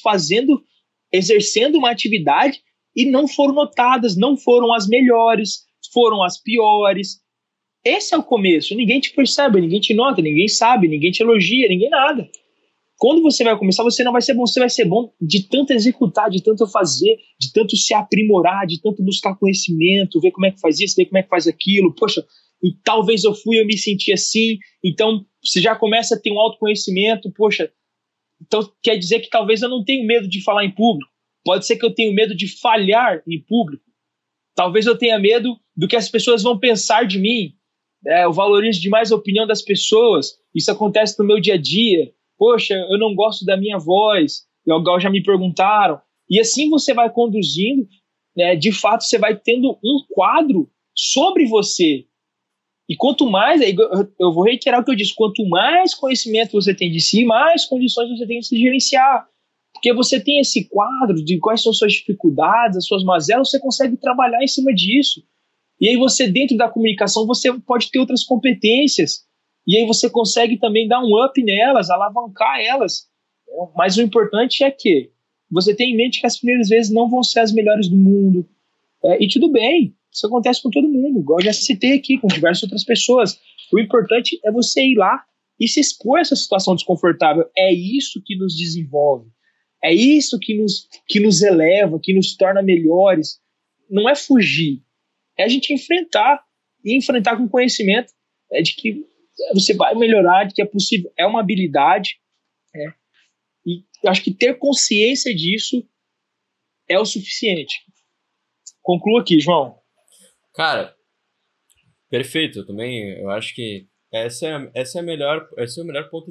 exercendo uma atividade e não foram notadas, não foram as melhores, foram as piores. Esse é o começo. Ninguém te percebe, ninguém te nota, ninguém sabe, ninguém te elogia, ninguém nada. Quando você vai começar, você não vai ser bom, você vai ser bom de tanto executar, de tanto fazer, de tanto se aprimorar, de tanto buscar conhecimento, ver como é que faz isso, ver como é que faz aquilo. Poxa, e talvez eu me senti assim, então você já começa a ter um autoconhecimento. Poxa, então quer dizer que talvez eu não tenha medo de falar em público. Pode ser que eu tenha medo de falhar em público. Talvez eu tenha medo do que as pessoas vão pensar de mim. Eu valorizo demais a opinião das pessoas. Isso acontece no meu dia a dia. Poxa, eu não gosto da minha voz. Igual já me perguntaram. E assim você vai conduzindo, de fato você vai tendo um quadro sobre você. E quanto mais, eu vou reiterar o que eu disse, quanto mais conhecimento você tem de si, mais condições você tem de se gerenciar. Porque você tem esse quadro de quais são suas dificuldades, as suas mazelas, você consegue trabalhar em cima disso. E aí você, dentro da comunicação, você pode ter outras competências. E aí você consegue também dar um up nelas, alavancar elas. Mas o importante é que você tenha em mente que as primeiras vezes não vão ser as melhores do mundo. E tudo bem, isso acontece com todo mundo, igual eu já citei aqui com diversas outras pessoas. O importante é você ir lá e se expor a essa situação desconfortável. É isso que nos desenvolve. É isso que nos eleva, que nos torna melhores. Não é fugir. É a gente enfrentar. E enfrentar com conhecimento de que você vai melhorar, de que é possível. É uma habilidade. E eu acho que ter consciência disso é o suficiente. Concluo aqui, João. Cara, perfeito. Eu acho que esse é o melhor ponto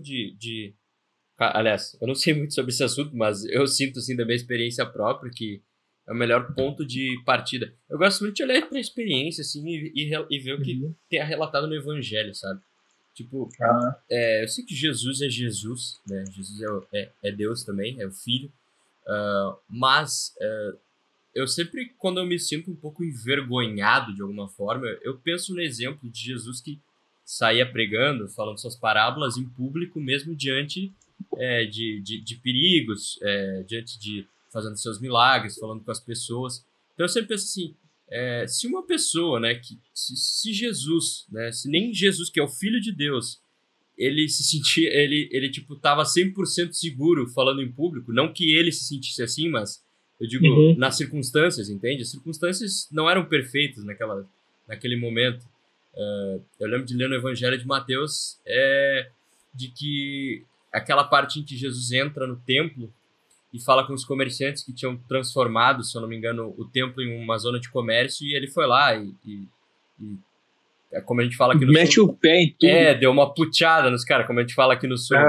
Aliás, eu não sei muito sobre esse assunto, mas eu sinto, assim, da minha experiência própria que é o melhor ponto de partida. Eu gosto muito de olhar pra experiência, assim, e ver o que tem relatado no Evangelho, sabe? Tipo, eu sei que Jesus é Jesus, né? Jesus é Deus também, é o Filho. Mas eu sempre, quando eu me sinto um pouco envergonhado de alguma forma, eu penso no exemplo de Jesus que saía pregando, falando suas parábolas em público, mesmo diante de perigos, diante de fazendo seus milagres, falando com as pessoas. Então eu sempre penso assim, se uma pessoa, né, se Jesus, né, se nem Jesus, que é o Filho de Deus, ele se sentia, ele tipo, tava 100% seguro falando em público, não que ele se sentisse assim, mas eu digo, nas circunstâncias, entende? As circunstâncias não eram perfeitas naquele momento. Eu lembro de ler no Evangelho de Mateus de que aquela parte em que Jesus entra no templo e fala com os comerciantes que tinham transformado, se eu não me engano, o templo em uma zona de comércio, e ele foi lá e como a gente fala aqui no Mete sul... o pé em tudo. Deu uma puteada nos caras, como a gente fala aqui no sul.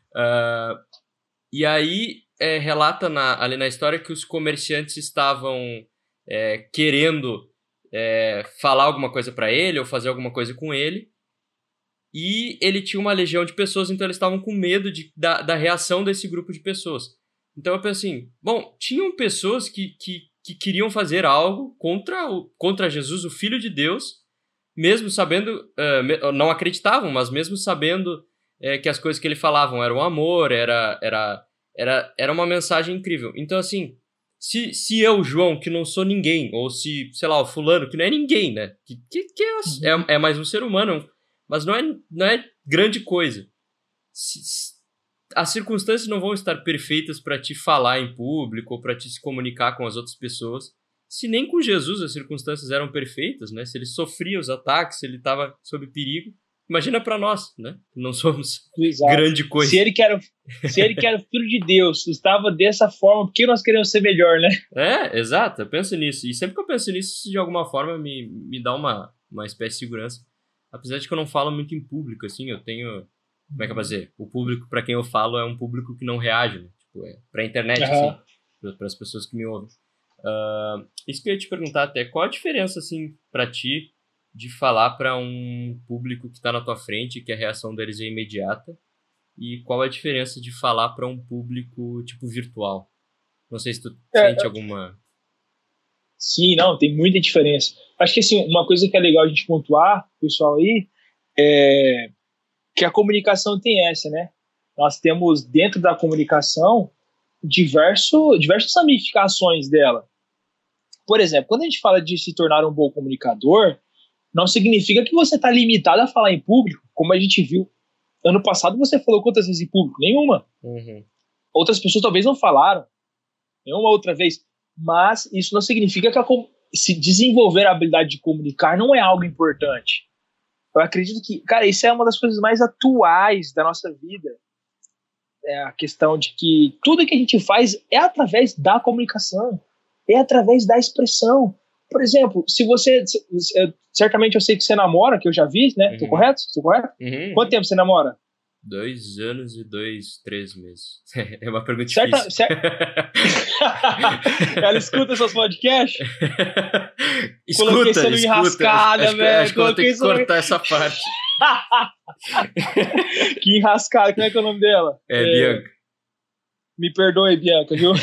E aí relata ali na história que os comerciantes estavam querendo falar alguma coisa para ele ou fazer alguma coisa com ele, e ele tinha uma legião de pessoas, então eles estavam com medo da reação desse grupo de pessoas. Então eu pensei assim, bom, tinham pessoas que queriam fazer algo contra Jesus, o Filho de Deus, mesmo sabendo, não acreditavam, mas mesmo sabendo que as coisas que ele falavam eram amor, era uma mensagem incrível. Então, assim, se eu, João, que não sou ninguém, ou se, sei lá, o fulano, que não é ninguém, né? Que é mais um ser humano, mas não é grande coisa. As circunstâncias não vão estar perfeitas para te falar em público ou para te se comunicar com as outras pessoas. Se nem com Jesus as circunstâncias eram perfeitas, né? Se ele sofria os ataques, se ele estava sob perigo, imagina para nós, né? Não somos grande coisa. Se ele que era o Filho de Deus, estava dessa forma, por que nós queremos ser melhor, né? Exato, eu penso nisso. E sempre que eu penso nisso, de alguma forma me dá uma espécie de segurança. Apesar de que eu não falo muito em público, assim, eu tenho... Como é que eu vou dizer? O público para quem eu falo é um público que não reage, né? Tipo, pra internet, assim, para as pessoas que me ouvem. Isso que eu ia te perguntar até, qual a diferença, assim, pra ti, de falar para um público que está na tua frente, que a reação deles é imediata, e qual a diferença de falar para um público, tipo, virtual? Não sei se tu sente alguma... Sim, não, tem muita diferença. Acho que, assim, uma coisa que é legal a gente pontuar, pessoal, aí, é que a comunicação tem essa, né? Nós temos, dentro da comunicação, diversas ramificações dela. Por exemplo, quando a gente fala de se tornar um bom comunicador, não significa que você está limitado a falar em público, como a gente viu. Ano passado você falou quantas vezes em público? Nenhuma. Uhum. Outras pessoas talvez não falaram, nenhuma outra vez. Mas isso não significa que se desenvolver a habilidade de comunicar não é algo importante. Eu acredito que, cara, isso é uma das coisas mais atuais da nossa vida. É a questão de que tudo que a gente faz é através da comunicação, é através da expressão. Por exemplo, certamente eu sei que você namora, que eu já vi, né? Tô correto? Tô correto? Uhum. Quanto tempo você namora? 2 anos e 3 meses. É uma pergunta difícil. Ela escuta seus podcasts? Coloquei você no enrascada, velho. Acho que eu vou ter que cortar essa parte. Que enrascada. Como é que é o nome dela? Bianca. Me perdoe, Bianca, viu?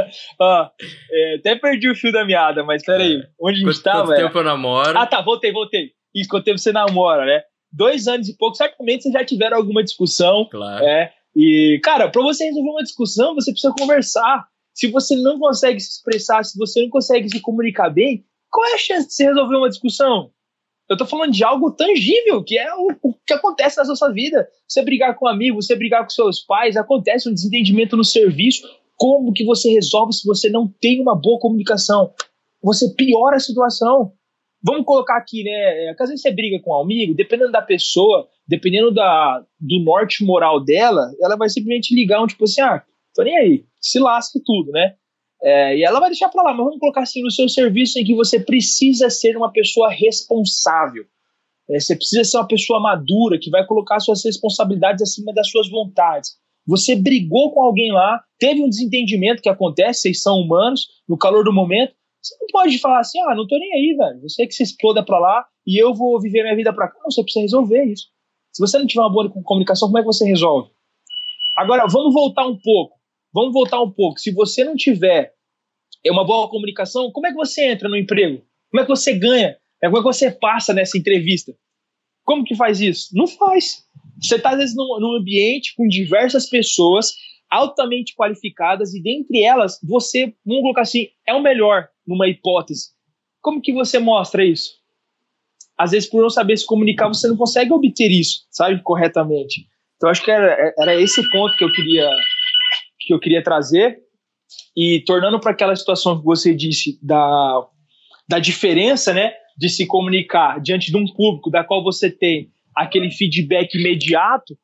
Até perdi o fio da meada, mas peraí. Onde a gente tava? Quanto tempo eu namoro? Ah, tá, voltei. Isso, quanto tempo você namora, né? 2 anos e pouco, certamente vocês já tiveram alguma discussão. Claro. E, cara, pra você resolver uma discussão, você precisa conversar. Se você não consegue se expressar, se você não consegue se comunicar bem, qual é a chance de você resolver uma discussão? Eu tô falando de algo tangível, que é o que acontece na sua vida. Você brigar com um amigo, você brigar com seus pais, acontece um desentendimento no serviço. Como que você resolve se você não tem uma boa comunicação? Você piora a situação. Vamos colocar aqui, né? Às vezes você briga com um amigo, dependendo da pessoa, dependendo do norte moral dela, ela vai simplesmente ligar tipo assim, tô nem aí, se lasque tudo, né? E ela vai deixar pra lá, mas vamos colocar assim, no seu serviço em que você precisa ser uma pessoa responsável. Você precisa ser uma pessoa madura, que vai colocar suas responsabilidades acima das suas vontades. Você brigou com alguém lá, teve um desentendimento que acontece, vocês são humanos, no calor do momento. Você não pode falar assim, não tô nem aí, velho. Você que se exploda pra lá e eu vou viver minha vida pra cá. Não, você precisa resolver isso. Se você não tiver uma boa comunicação, como é que você resolve? Agora, vamos voltar um pouco. Se você não tiver uma boa comunicação, como é que você entra no emprego? Como é que você ganha? Como é que você passa nessa entrevista? Como que faz isso? Não faz. Você tá, às vezes, num ambiente com diversas pessoas altamente qualificadas e dentre elas, você, vamos colocar assim, é o melhor numa hipótese. Como que você mostra isso? Às vezes, por não saber se comunicar, você não consegue obter isso, sabe, corretamente. Então, acho que era esse ponto que eu queria trazer e tornando para aquela situação que você disse da diferença, né, de se comunicar diante de um público da qual você tem aquele feedback imediato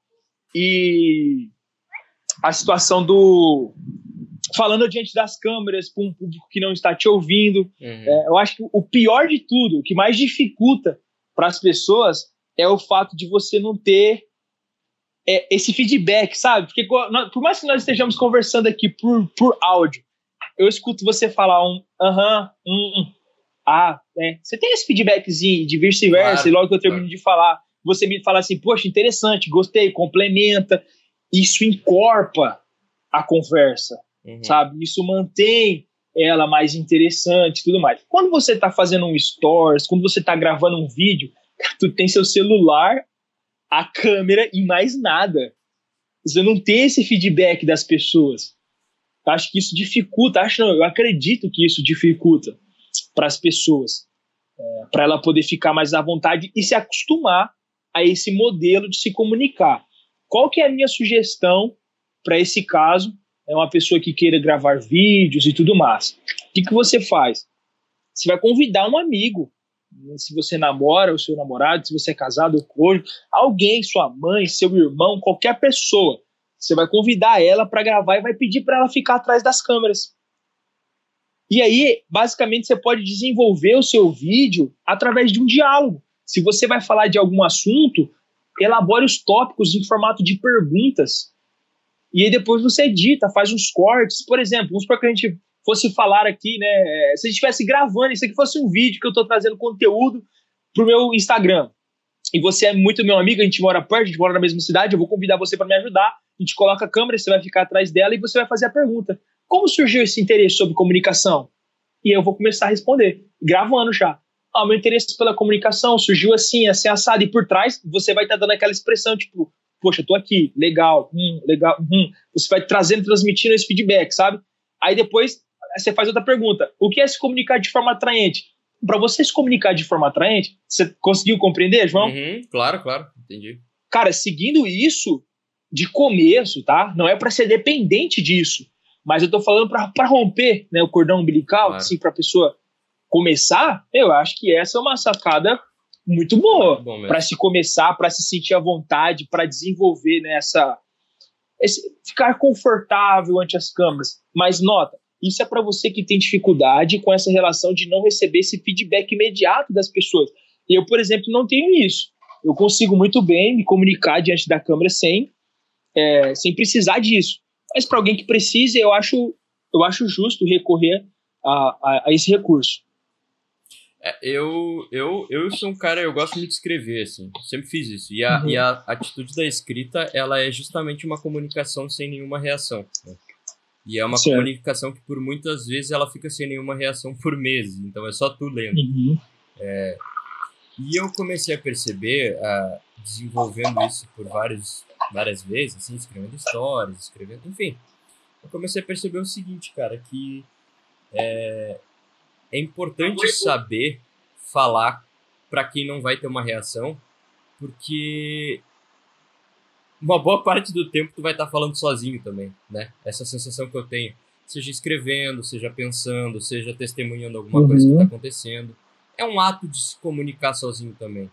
e a situação falando diante das câmeras para um público que não está te ouvindo. Eu acho que o pior de tudo, o que mais dificulta para as pessoas é o fato de você não ter esse feedback, sabe? Porque por mais que nós estejamos conversando aqui por áudio, eu escuto você falar você tem esse feedbackzinho de vice-versa, claro, e logo que eu termino de falar, você me fala assim, poxa, interessante, gostei, complementa. Isso encorpa a conversa, sabe? Isso mantém ela mais interessante e tudo mais. Quando você está fazendo um stories, quando você está gravando um vídeo, tu tem seu celular, a câmera e mais nada. Você não tem esse feedback das pessoas. Acho que isso dificulta, eu acredito que isso dificulta para as pessoas, para ela poder ficar mais à vontade e se acostumar a esse modelo de se comunicar. Qual que é a minha sugestão para esse caso? É uma pessoa que queira gravar vídeos e tudo mais. O que você faz? Você vai convidar um amigo, se você namora, o seu namorado, se você é casado ou cônjuge, alguém, sua mãe, seu irmão, qualquer pessoa. Você vai convidar ela para gravar e vai pedir para ela ficar atrás das câmeras. E aí, basicamente, você pode desenvolver o seu vídeo através de um diálogo. Se você vai falar de algum assunto, elabore os tópicos em formato de perguntas. E aí depois você edita, faz uns cortes. Por exemplo, vamos supor que a gente fosse falar aqui, né? Se a gente estivesse gravando, isso aqui fosse um vídeo que eu estou trazendo conteúdo pro meu Instagram. E você é muito meu amigo, a gente mora perto, a gente mora na mesma cidade, eu vou convidar você para me ajudar. A gente coloca a câmera, você vai ficar atrás dela e você vai fazer a pergunta. Como surgiu esse interesse sobre comunicação? E eu vou começar a responder, gravando já. Meu interesse pela comunicação surgiu assim, assim, assado. E por trás, você vai estar dando aquela expressão, tipo, poxa, eu tô aqui, legal, legal, Você vai trazendo, transmitindo esse feedback, sabe? Aí depois, você faz outra pergunta. O que é se comunicar de forma atraente? Para você se comunicar de forma atraente, você conseguiu compreender, João? Claro, entendi. Cara, seguindo isso de começo, tá? Não é para ser dependente disso, mas eu tô falando para romper, né, o cordão umbilical, claro. Assim, pra pessoa começar, eu acho que essa é uma sacada muito boa para se começar, para se sentir à vontade, para desenvolver, né, ficar confortável ante as câmeras. Mas nota, isso é para você que tem dificuldade com essa relação de não receber esse feedback imediato das pessoas. Eu, por exemplo, não tenho isso. Eu consigo muito bem me comunicar diante da câmera sem precisar disso. Mas para alguém que precise, eu acho justo recorrer a esse recurso. Eu sou um cara, eu gosto muito de escrever, assim, sempre fiz isso. E a atitude da escrita, ela é justamente uma comunicação sem nenhuma reação, né? E é uma comunicação que, por muitas vezes, ela fica sem nenhuma reação por meses. Então, é só tu lendo. E eu comecei a perceber, desenvolvendo isso por várias vezes, assim, escrevendo histórias, enfim. Eu comecei a perceber o seguinte, cara, que é importante saber falar para quem não vai ter uma reação, porque uma boa parte do tempo tu vai estar falando sozinho também, né? Essa sensação que eu tenho, seja escrevendo, seja pensando, seja testemunhando alguma coisa que está acontecendo. É um ato de se comunicar sozinho também.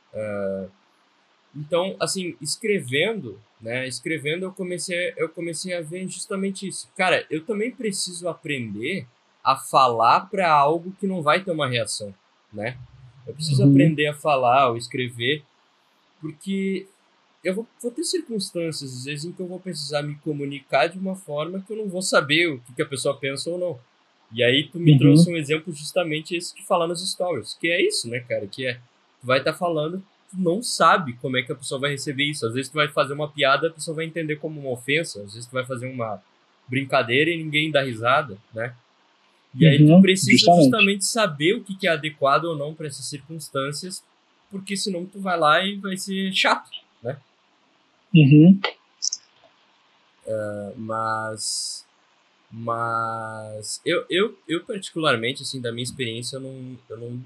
Então, assim, escrevendo, eu comecei a ver justamente isso. Cara, eu também preciso aprender a falar para algo que não vai ter uma reação, né? Eu preciso aprender a falar ou escrever, porque eu vou ter circunstâncias, às vezes, em que eu vou precisar me comunicar de uma forma que eu não vou saber o que a pessoa pensa ou não. E aí tu me trouxe um exemplo justamente esse de falar nos stories, que é isso, né, cara? Tu vai estar falando, tu não sabe como é que a pessoa vai receber isso. Às vezes tu vai fazer uma piada, a pessoa vai entender como uma ofensa. Às vezes tu vai fazer uma brincadeira e ninguém dá risada, né? E aí tu precisa justamente saber o que é adequado ou não para essas circunstâncias, porque senão tu vai lá e vai ser chato, né? Mas eu particularmente, assim, da minha experiência, eu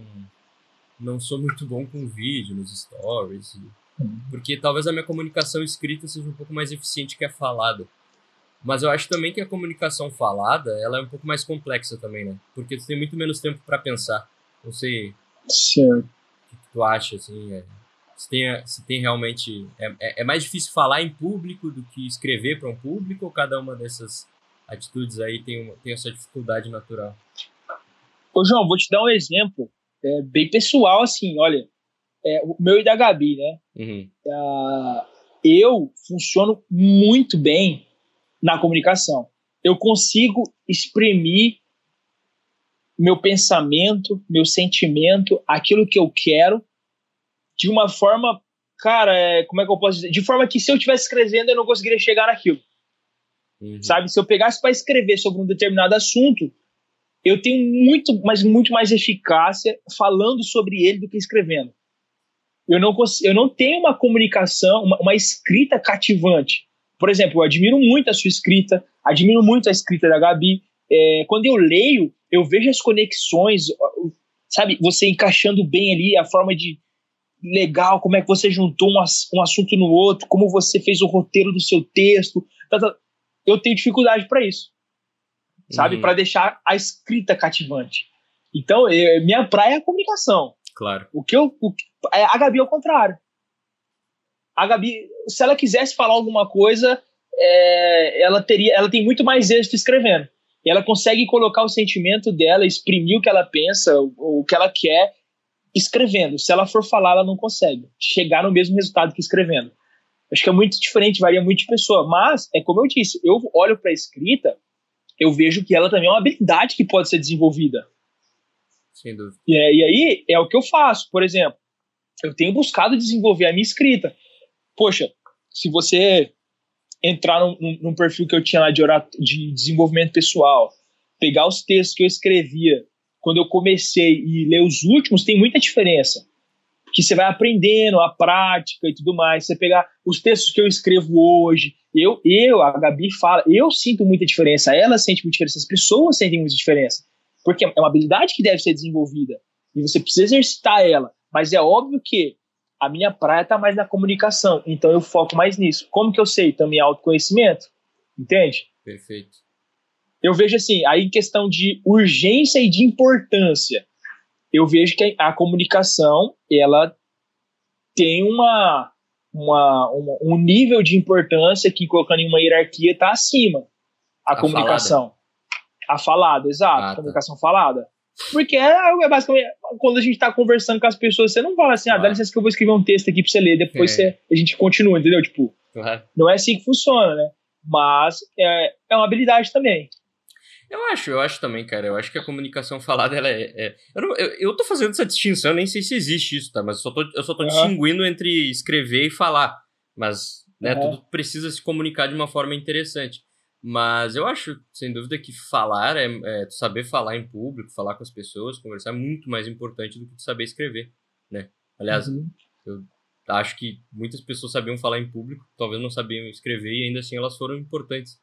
não sou muito bom com vídeo nos stories, porque talvez a minha comunicação escrita seja um pouco mais eficiente que a falada. Mas eu acho também que a comunicação falada, ela é um pouco mais complexa também, né? Porque tu tem muito menos tempo para pensar. Não sei o que tu acha, assim. Se tem realmente... É mais difícil falar em público do que escrever para um público, ou cada uma dessas atitudes aí tem essa dificuldade natural? Ô, João, vou te dar um exemplo bem pessoal, assim, olha. O meu e da Gabi, né? Eu funciono muito bem na comunicação. Eu consigo exprimir meu pensamento, meu sentimento, aquilo que eu quero, de uma forma, cara, como é que eu posso dizer? De forma que se eu estivesse escrevendo, eu não conseguiria chegar naquilo. Sabe? Se eu pegasse para escrever sobre um determinado assunto, eu tenho muito mais eficácia falando sobre ele do que escrevendo. Eu não tenho uma comunicação, uma escrita cativante. Por exemplo, eu admiro muito a sua escrita, admiro muito a escrita da Gabi. Quando eu leio, eu vejo as conexões, sabe? Você encaixando bem ali a forma de legal, como é que você juntou um assunto no outro, como você fez o roteiro do seu texto. Eu tenho dificuldade para isso, sabe? Para deixar a escrita cativante. Então, minha praia é a comunicação. Claro. A Gabi é o contrário. A Gabi, se ela quisesse falar alguma coisa, ela tem muito mais êxito escrevendo. E ela consegue colocar o sentimento dela, exprimir o que ela pensa, o que ela quer, escrevendo. Se ela for falar, ela não consegue chegar no mesmo resultado que escrevendo. Acho que é muito diferente, varia muito de pessoa. Mas, como eu disse, eu olho para a escrita eu vejo que ela também é uma habilidade que pode ser desenvolvida. Sem dúvida. E aí é o que eu faço. Por exemplo, eu tenho buscado desenvolver a minha escrita. Poxa, se você entrar num perfil que eu tinha lá de desenvolvimento pessoal, pegar os textos que eu escrevia quando eu comecei e ler os últimos, tem muita diferença. Porque você vai aprendendo a prática e tudo mais. Você pegar os textos que eu escrevo hoje, a Gabi fala, eu sinto muita diferença, ela sente muita diferença, as pessoas sentem muita diferença. Porque é uma habilidade que deve ser desenvolvida. E você precisa exercitar ela. Mas é óbvio que a minha praia está mais na comunicação. Então eu foco mais nisso. Como que eu sei? Também autoconhecimento. Entende? Perfeito. Eu vejo assim, aí em questão de urgência e de importância, eu vejo que a comunicação, ela tem um nível de importância que, colocando em uma hierarquia, está acima. A comunicação. Falada. A falada, exato. A comunicação falada. Porque é basicamente, quando a gente está conversando com as pessoas, você não fala assim, dá licença que eu vou escrever um texto aqui para você ler, depois a gente continua, entendeu? Tipo, não é assim que funciona, né? Mas é uma habilidade também. Eu acho também, cara. Eu acho que a comunicação falada, ela eu tô fazendo essa distinção, eu nem sei se existe isso, tá? Mas eu só tô distinguindo entre escrever e falar. Mas, né, tudo precisa se comunicar de uma forma interessante. Mas eu acho, sem dúvida, que falar saber falar em público, falar com as pessoas, conversar é muito mais importante do que saber escrever, né? Aliás, eu acho que muitas pessoas sabiam falar em público, talvez não sabiam escrever e ainda assim elas foram importantes.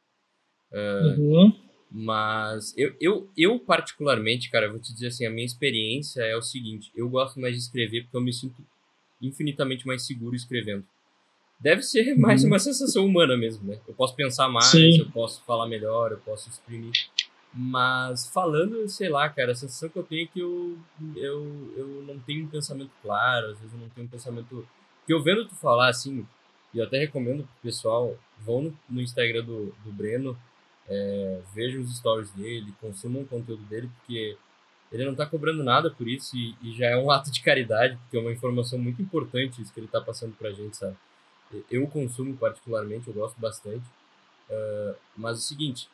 Mas eu particularmente, cara, vou te dizer assim, a minha experiência é o seguinte, eu gosto mais de escrever porque eu me sinto infinitamente mais seguro escrevendo. Deve ser mais uma sensação humana mesmo, né? Eu posso pensar mais, eu posso falar melhor, eu posso exprimir. Mas falando, sei lá, cara, a sensação que eu tenho é que eu não tenho um pensamento claro, às vezes eu não tenho um pensamento... Porque eu vendo tu falar, assim, e eu até recomendo pro pessoal, vão no Instagram do Breno, vejam os stories dele, consumam o conteúdo dele, porque ele não tá cobrando nada por isso e já é um ato de caridade, porque é uma informação muito importante isso que ele tá passando pra gente, sabe? Eu consumo particularmente, eu gosto bastante. Mas é o seguinte,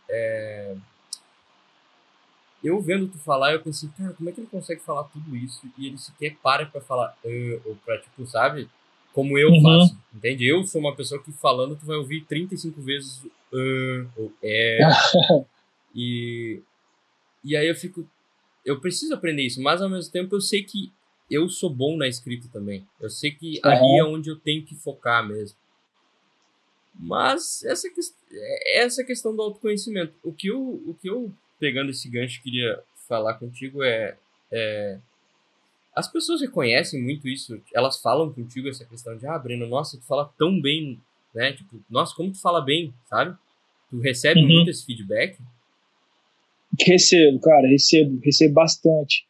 eu vendo tu falar, eu pensei, cara, como é que ele consegue falar tudo isso e ele sequer para pra falar, ou pra, tipo, sabe? Como eu faço, entende? Eu sou uma pessoa que falando, tu vai ouvir 35 vezes ou e aí eu preciso aprender isso, mas ao mesmo tempo eu sei que eu sou bom na escrita também. Eu sei que ali é onde eu tenho que focar mesmo. Mas essa questão do autoconhecimento. O que eu pegando esse gancho, queria falar contigo as pessoas reconhecem muito isso, elas falam contigo essa questão de, Breno, nossa, tu fala tão bem, né? Tipo, nossa, como tu fala bem, sabe? Tu recebe muito esse feedback? Recebo, cara, recebo bastante.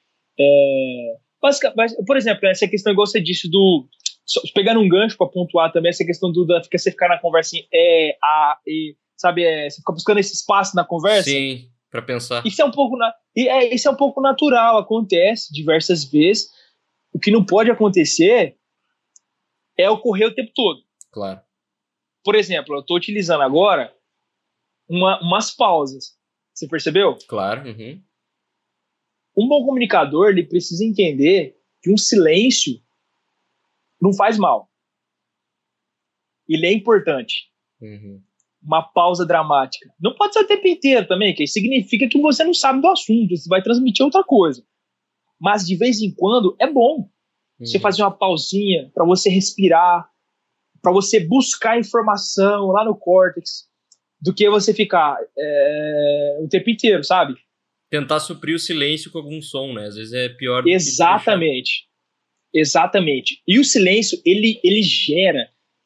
Por exemplo, essa questão, igual você disse, pegando um gancho para pontuar também, essa questão você ficar na conversa sabe, você fica buscando esse espaço na conversa. Sim, para pensar. Isso é um pouco natural, acontece diversas vezes. O que não pode acontecer é ocorrer o tempo todo. Claro. Por exemplo, eu estou utilizando agora umas pausas. Você percebeu? Claro. Um bom comunicador, ele precisa entender que um silêncio não faz mal. Ele é importante. Uma pausa dramática. Não pode ser o tempo inteiro também, que significa que você não sabe do assunto, você vai transmitir outra coisa. Mas de vez em quando é bom você fazer uma pausinha para você respirar, para você buscar informação lá no córtex, do que você ficar o tempo inteiro, sabe? Tentar suprir o silêncio com algum som, né? Às vezes é pior do Exatamente. Exatamente. E o silêncio, ele gera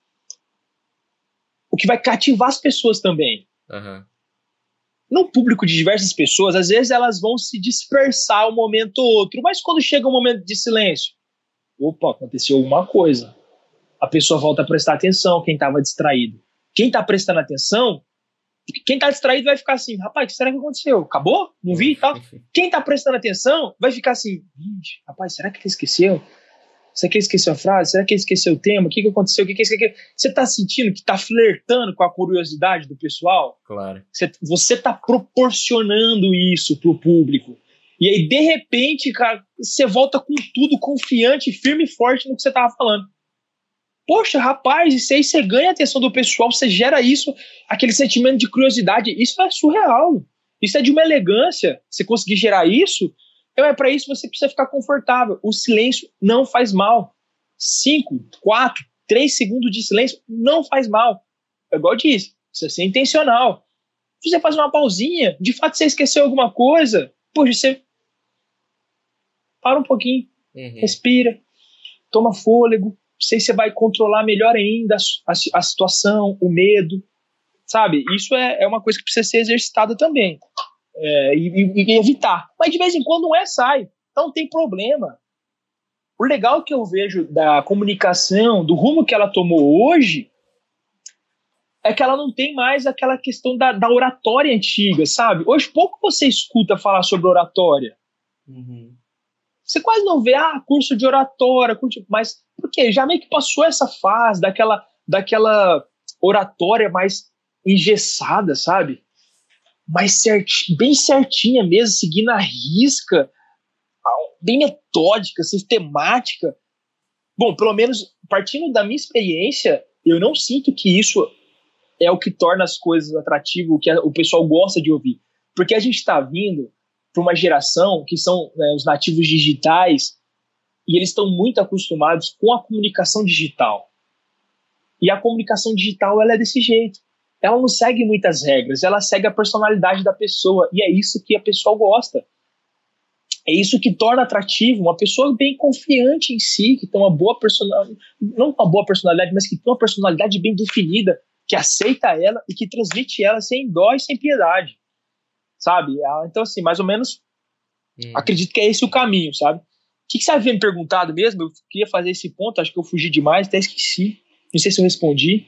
o que vai cativar as pessoas também. No público de diversas pessoas, às vezes elas vão se dispersar um momento ou outro, mas quando chega um momento de silêncio, opa, aconteceu alguma coisa. A pessoa volta a prestar atenção, quem estava distraído. Quem está prestando atenção, quem está distraído vai ficar assim, rapaz, o que será que aconteceu? Acabou? Não vi e tal. Quem está prestando atenção vai ficar assim, rapaz, será que ele esqueceu? Você quer esquecer a frase? Será que esqueceu o tema? O que aconteceu? O que você está sentindo que está flertando com a curiosidade do pessoal? Claro. Você está proporcionando isso para o público. E aí, de repente, cara, você volta com tudo confiante, firme e forte no que você estava falando. Poxa, rapaz, isso aí você ganha a atenção do pessoal, você gera isso, aquele sentimento de curiosidade. Isso é surreal. Isso é de uma elegância. Você conseguir gerar isso, então é para isso que você precisa ficar confortável. O silêncio não faz mal. 5, 4, 3 segundos de silêncio não faz mal. É igual eu disse, precisa ser intencional. Se você faz uma pausinha, de fato você esqueceu alguma coisa, poxa, você para um pouquinho, respira, toma fôlego, não sei se você vai controlar melhor ainda a situação, o medo, sabe? Isso é uma coisa que precisa ser exercitada também. E evitar. Mas de vez em quando sai. Então não tem problema. O legal que eu vejo da comunicação, do rumo que ela tomou hoje, é que ela não tem mais aquela questão da oratória antiga, sabe? Hoje pouco você escuta falar sobre oratória. Você quase não vê, curso de oratória, mas por quê? Já meio que passou essa fase daquela oratória mais engessada, sabe? Mais bem certinha mesmo, seguindo a risca, bem metódica, sistemática. Bom, pelo menos partindo da minha experiência, eu não sinto que isso é o que torna as coisas atrativas, o que o pessoal gosta de ouvir. Porque a gente está vindo para uma geração que são os nativos digitais e eles estão muito acostumados com a comunicação digital. E a comunicação digital ela é desse jeito. Ela não segue muitas regras, ela segue a personalidade da pessoa e é isso que a pessoa gosta. É isso que torna atrativo uma pessoa bem confiante em si, que tem uma boa personalidade, não uma boa personalidade, mas que tem uma personalidade bem definida, que aceita ela e que transmite ela sem dó e sem piedade, sabe? Então, assim, mais ou menos, acredito que é esse o caminho, sabe? O que você havia me perguntado mesmo? Eu queria fazer esse ponto, acho que eu fugi demais, até esqueci. Não sei se eu respondi.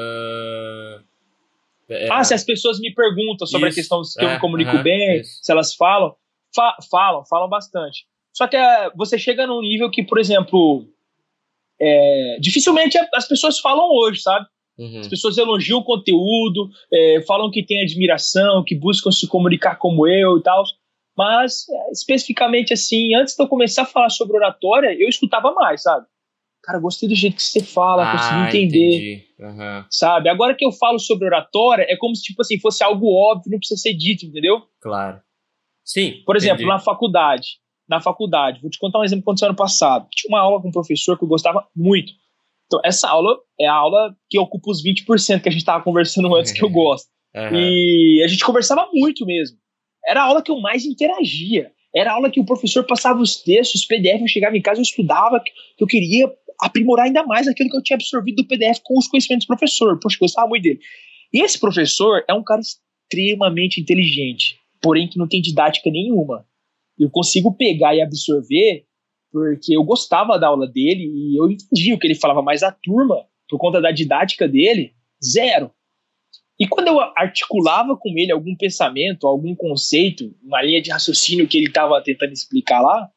Se as pessoas me perguntam sobre a questão se eu me comunico bem, se elas falam, falam bastante. Só que você chega num nível que, por exemplo, dificilmente as pessoas falam hoje, sabe? As pessoas elogiam o conteúdo, falam que tem admiração, que buscam se comunicar como eu e tal. Mas, especificamente assim, antes de eu começar a falar sobre oratória, eu escutava mais, sabe? Cara, gostei do jeito que você fala, consegui entender, sabe? Agora que eu falo sobre oratória, é como se tipo assim, fosse algo óbvio, não precisa ser dito, entendeu? Claro. Sim. Por exemplo, na faculdade, vou te contar um exemplo que aconteceu ano passado. Tinha uma aula com um professor que eu gostava muito. Então, essa aula é a aula que ocupa os 20% que a gente estava conversando antes, que eu gosto. E a gente conversava muito mesmo. Era a aula que eu mais interagia. Era a aula que o professor passava os textos, os PDF, eu chegava em casa, eu estudava, que eu queria aprimorar ainda mais aquilo que eu tinha absorvido do PDF com os conhecimentos do professor. Poxa, eu gostava muito dele. E esse professor é um cara extremamente inteligente, porém que não tem didática nenhuma. Eu consigo pegar e absorver porque eu gostava da aula dele e eu entendi o que ele falava, mas a turma, por conta da didática dele, zero. E quando eu articulava com ele algum pensamento, algum conceito, uma linha de raciocínio que ele estava tentando explicar lá,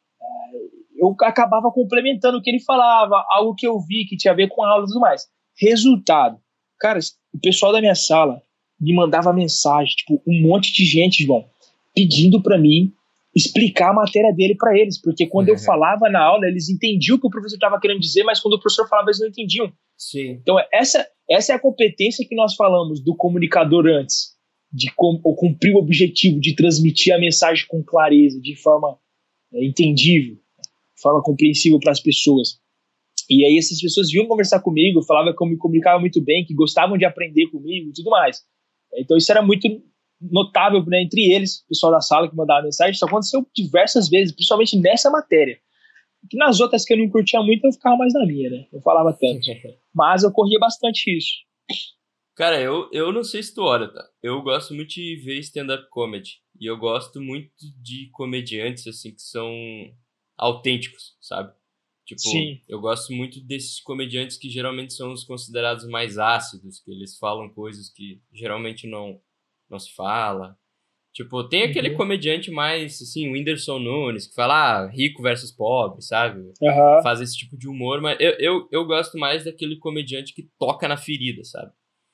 eu acabava complementando o que ele falava, algo que eu vi que tinha a ver com a aula e tudo mais. Resultado, cara, o pessoal da minha sala me mandava mensagem, tipo, um monte de gente, João, pedindo para mim explicar a matéria dele para eles, porque quando eu falava na aula, eles entendiam o que o professor estava querendo dizer, mas quando o professor falava, eles não entendiam. Sim. Então, essa é a competência que nós falamos do comunicador antes, de cumprir o objetivo de transmitir a mensagem com clareza, de forma entendível, de forma compreensível para as pessoas. E aí essas pessoas vinham conversar comigo, falavam que eu me comunicava muito bem, que gostavam de aprender comigo e tudo mais. Então isso era muito notável, né, entre eles, o pessoal da sala que mandava mensagem. Isso aconteceu diversas vezes, principalmente nessa matéria. Que nas outras que eu não curtia muito, eu ficava mais na minha, né? Eu falava tanto. Mas eu corria bastante isso. Cara, eu não sei se tu olha, tá? Eu gosto muito de ver stand-up comedy. E eu gosto muito de comediantes, assim, que são autênticos, sabe? Tipo, Sim. Eu gosto muito desses comediantes que geralmente são os considerados mais ácidos, que eles falam coisas que geralmente não se fala. Tipo, tem aquele comediante mais, assim, o Whindersson Nunes, que fala, rico versus pobre, sabe? Faz esse tipo de humor, mas eu gosto mais daquele comediante que toca na ferida, sabe?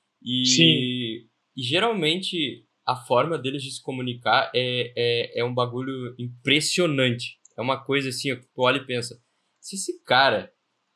E geralmente a forma deles de se comunicar é um bagulho impressionante. É uma coisa assim, ó, que tu olha e pensa, se esse cara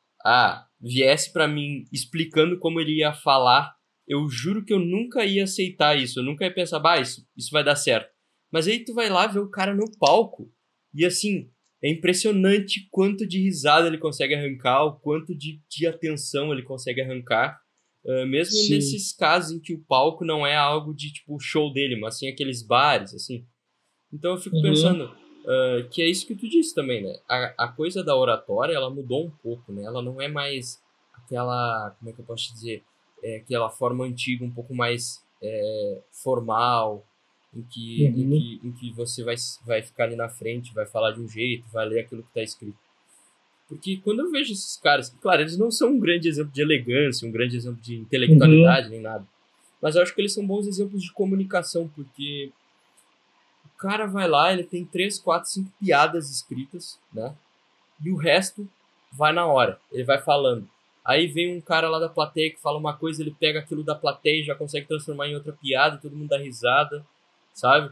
viesse pra mim explicando como ele ia falar, eu juro que eu nunca ia aceitar isso. Eu nunca ia pensar, isso vai dar certo. Mas aí tu vai lá ver o cara no palco e assim, é impressionante quanto de risada ele consegue arrancar, o quanto de atenção ele consegue arrancar. Mesmo nesses casos em que o palco não é algo de tipo show dele, mas sim aqueles bares, assim. Então eu fico pensando que é isso que tu disse também, né? A coisa da oratória, ela mudou um pouco, né? Ela não é mais aquela, como é que eu posso dizer, aquela forma antiga, um pouco mais formal, em que você vai ficar ali na frente, vai falar de um jeito, vai ler aquilo que está escrito. Porque quando eu vejo esses caras, claro, eles não são um grande exemplo de elegância, um grande exemplo de intelectualidade, nem nada. Mas eu acho que eles são bons exemplos de comunicação, porque o cara vai lá, ele tem 3, 4, 5 piadas escritas, né? E o resto vai na hora, ele vai falando. Aí vem um cara lá da plateia que fala uma coisa, ele pega aquilo da plateia e já consegue transformar em outra piada, todo mundo dá risada, sabe?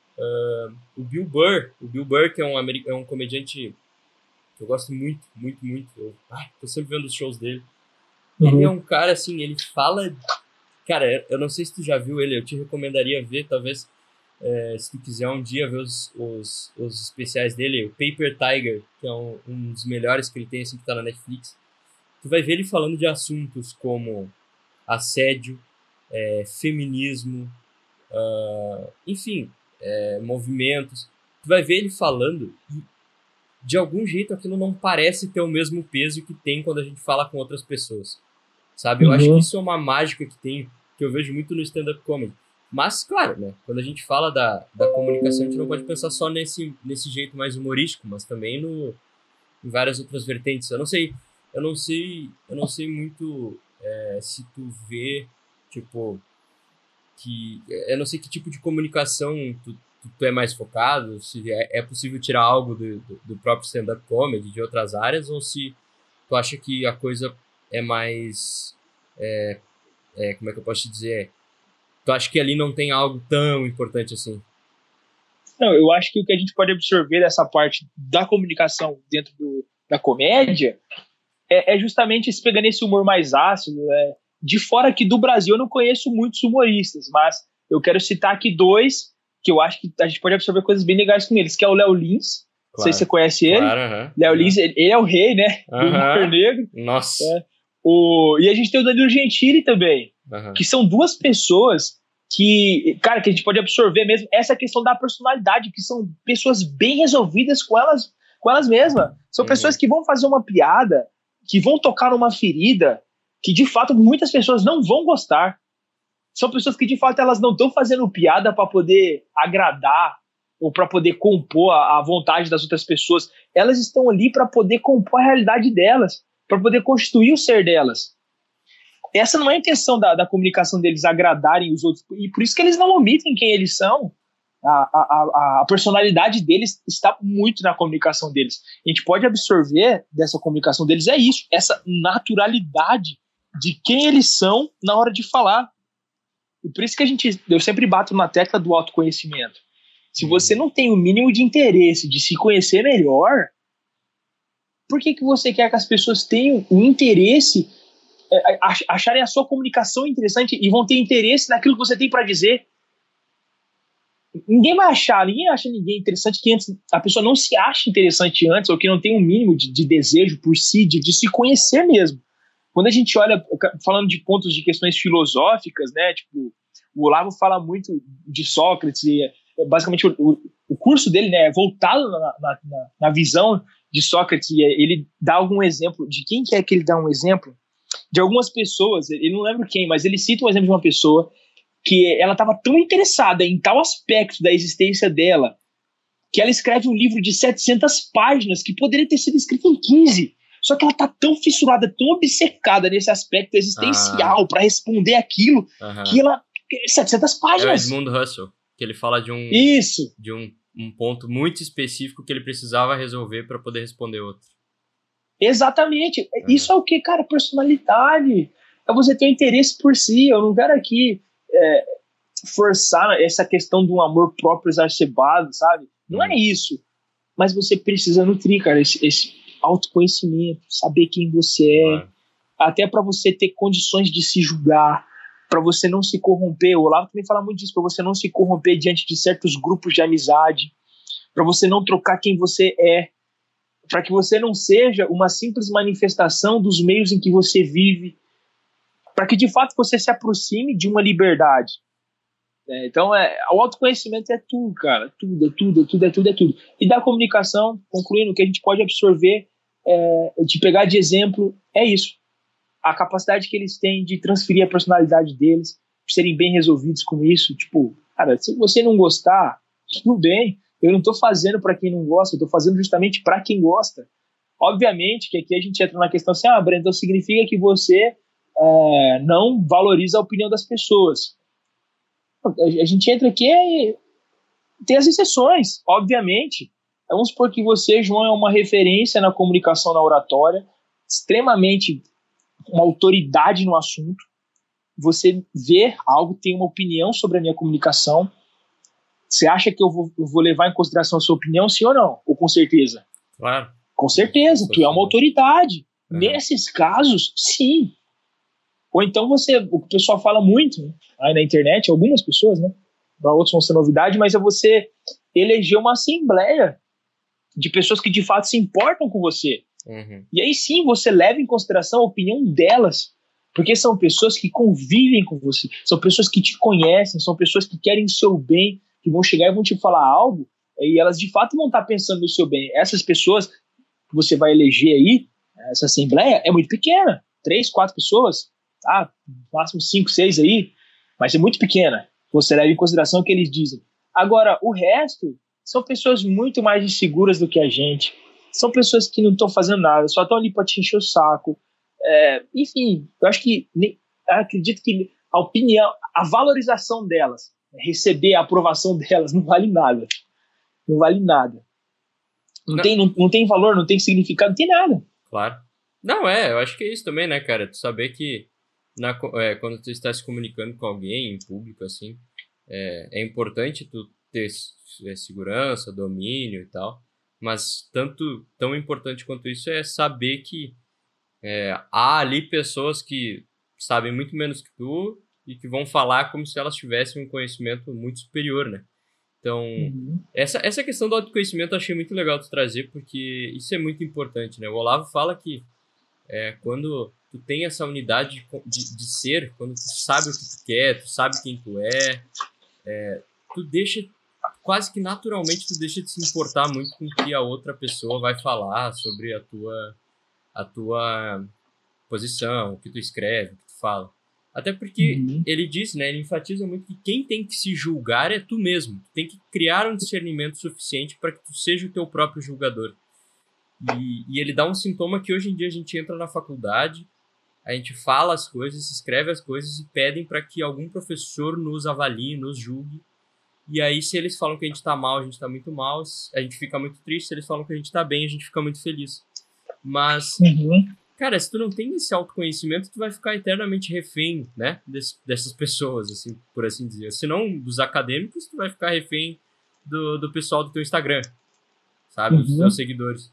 O Bill Burr, que é um comediante que eu gosto muito, muito, muito. Tô sempre vendo os shows dele. Ele é um cara, assim, ele fala... Cara, eu não sei se tu já viu ele, eu te recomendaria ver, talvez, se tu quiser um dia ver os especiais dele, o Paper Tiger, que é um dos melhores que ele tem, assim, que tá na Netflix. Tu vai ver ele falando de assuntos como assédio, feminismo, enfim, movimentos. Tu vai ver ele falando e, de algum jeito, aquilo não parece ter o mesmo peso que tem quando a gente fala com outras pessoas, sabe? Eu acho que isso é uma mágica que eu vejo muito no stand-up comedy. Mas, claro, né? Quando a gente fala da comunicação, a gente não pode pensar só nesse jeito mais humorístico, mas também em várias outras vertentes. Eu não sei muito se tu vê, tipo, eu não sei que tipo de comunicação tu é mais focado, se é possível tirar algo do próprio stand-up comedy, de outras áreas, ou se tu acha que a coisa é mais... como é que eu posso te dizer? Tu acha que ali não tem algo tão importante assim? Não, eu acho que o que a gente pode absorver dessa parte da comunicação dentro da comédia é justamente se pegando esse humor mais ácido. De fora aqui do Brasil, eu não conheço muitos humoristas, mas eu quero citar aqui 2 que eu acho que a gente pode absorver coisas bem legais com eles, que é o Léo Lins. Claro, não sei se você conhece ele. Claro, Léo Lins, ele é o rei, né? Do humor negro. Nossa. E a gente tem o Danilo Gentili também, que são 2 pessoas que, cara, que a gente pode absorver mesmo essa questão da personalidade, que são pessoas bem resolvidas com elas mesmas. São pessoas que vão fazer uma piada, que vão tocar numa ferida, que de fato muitas pessoas não vão gostar. São pessoas que de fato elas não estão fazendo piada para poder agradar ou para poder compor a vontade das outras pessoas. Elas estão ali para poder compor a realidade delas, para poder constituir o ser delas. Essa não é a intenção da comunicação deles, agradarem os outros, e por isso que eles não omitem quem eles são. A personalidade deles está muito na comunicação deles. A gente pode absorver dessa comunicação deles isso, essa naturalidade de quem eles são na hora de falar. E por isso que eu sempre bato na tecla do autoconhecimento. Se você não tem o mínimo de interesse de se conhecer melhor, por que você quer que as pessoas tenham o interesse, acharem a sua comunicação interessante e vão ter interesse naquilo que você tem para dizer? Ninguém acha ninguém interessante que antes a pessoa não se acha interessante antes, ou que não tem um mínimo de desejo por si, de se conhecer mesmo. Quando a gente olha, falando de pontos de questões filosóficas, né, tipo, o Olavo fala muito de Sócrates, e basicamente o curso dele, né, é voltado na visão de Sócrates, e ele dá algum exemplo. De quem que é que ele dá um exemplo? De algumas pessoas, ele não lembra quem, mas ele cita um exemplo de uma pessoa que ela estava tão interessada em tal aspecto da existência dela, que ela escreve um livro de 700 páginas que poderia ter sido escrito em 15. Só que ela tá tão fissurada, tão obcecada nesse aspecto existencial para responder aquilo, que ela... 700 páginas. É o Edmund Husserl. Que ele fala Isso! de um ponto muito específico que ele precisava resolver para poder responder outro. Exatamente. Isso é o que, cara? Personalidade. É você ter interesse por si. Eu não quero aqui forçar essa questão de um amor próprio exacerbado, sabe? Não é isso. Mas você precisa nutrir, cara, esse autoconhecimento, saber quem você é, até para você ter condições de se julgar, para você não se corromper. O Olavo também fala muito disso, para você não se corromper diante de certos grupos de amizade, para você não trocar quem você é, para que você não seja uma simples manifestação dos meios em que você vive, para que de fato você se aproxime de uma liberdade. Então, o autoconhecimento é tudo, cara. Tudo. E da comunicação, concluindo, o que a gente pode absorver, de pegar de exemplo, é isso. A capacidade que eles têm de transferir a personalidade deles, de serem bem resolvidos com isso. Tipo, cara, se você não gostar, tudo bem. Eu não tô fazendo para quem não gosta, eu tô fazendo justamente para quem gosta. Obviamente que aqui a gente entra na questão assim, Breno, então significa que você não valoriza a opinião das pessoas. A gente entra aqui e tem as exceções, obviamente. Vamos supor que você, João, é uma referência na comunicação, na oratória, extremamente uma autoridade no assunto. Você vê algo, tem uma opinião sobre a minha comunicação. Você acha que eu vou levar em consideração a sua opinião, sim ou não? Ou com certeza? Claro. Com certeza, tu é uma autoridade. Nesses casos, sim. Ou então o que o pessoal fala muito, né, aí na internet, algumas pessoas, né? Para outros vão ser novidade, mas é você eleger uma assembleia de pessoas que de fato se importam com você. E aí sim você leva em consideração a opinião delas, porque são pessoas que convivem com você, são pessoas que te conhecem, são pessoas que querem o seu bem, que vão chegar e vão te falar algo, e elas de fato vão estar pensando no seu bem. Essas pessoas que você vai eleger aí, essa assembleia é muito pequena, 3, 4 pessoas, máximo 5, 6 aí, mas é muito pequena. Você leva em consideração o que eles dizem. Agora, o resto são pessoas muito mais inseguras do que a gente. São pessoas que não estão fazendo nada, só estão ali para te encher o saco. Enfim, eu acho que acredito que a opinião, a valorização delas, receber a aprovação delas, não vale nada. Não vale nada. Não tem valor, não tem significado, não tem nada. Claro. Não, eu acho que é isso também, né, cara? Tu saber que quando tu está se comunicando com alguém em público, assim, é importante tu ter segurança, domínio e tal, mas tão importante quanto isso é saber que há ali pessoas que sabem muito menos que tu e que vão falar como se elas tivessem um conhecimento muito superior, né? Então, essa questão do autoconhecimento eu achei muito legal tu trazer, porque isso é muito importante, né? O Olavo fala que quando tu tem essa unidade de ser, quando tu sabe o que tu quer, tu sabe quem tu tu deixa, quase que naturalmente tu deixa de se importar muito com o que a outra pessoa vai falar sobre a tua posição, o que tu escreve, o que tu fala. Até porque ele diz, né, ele enfatiza muito que quem tem que se julgar é tu mesmo. Tu tem que criar um discernimento suficiente para que tu seja o teu próprio julgador. E ele dá um sintoma que hoje em dia a gente entra na faculdade, a gente fala as coisas, escreve as coisas e pedem para que algum professor nos avalie, nos julgue. E aí, se eles falam que a gente tá mal, a gente tá muito mal, a gente fica muito triste. Se eles falam que a gente tá bem, a gente fica muito feliz. Mas, cara, se tu não tem esse autoconhecimento, tu vai ficar eternamente refém, né, dessas pessoas, assim, por assim dizer. Se não dos acadêmicos, tu vai ficar refém do pessoal do teu Instagram, sabe, dos teus seguidores.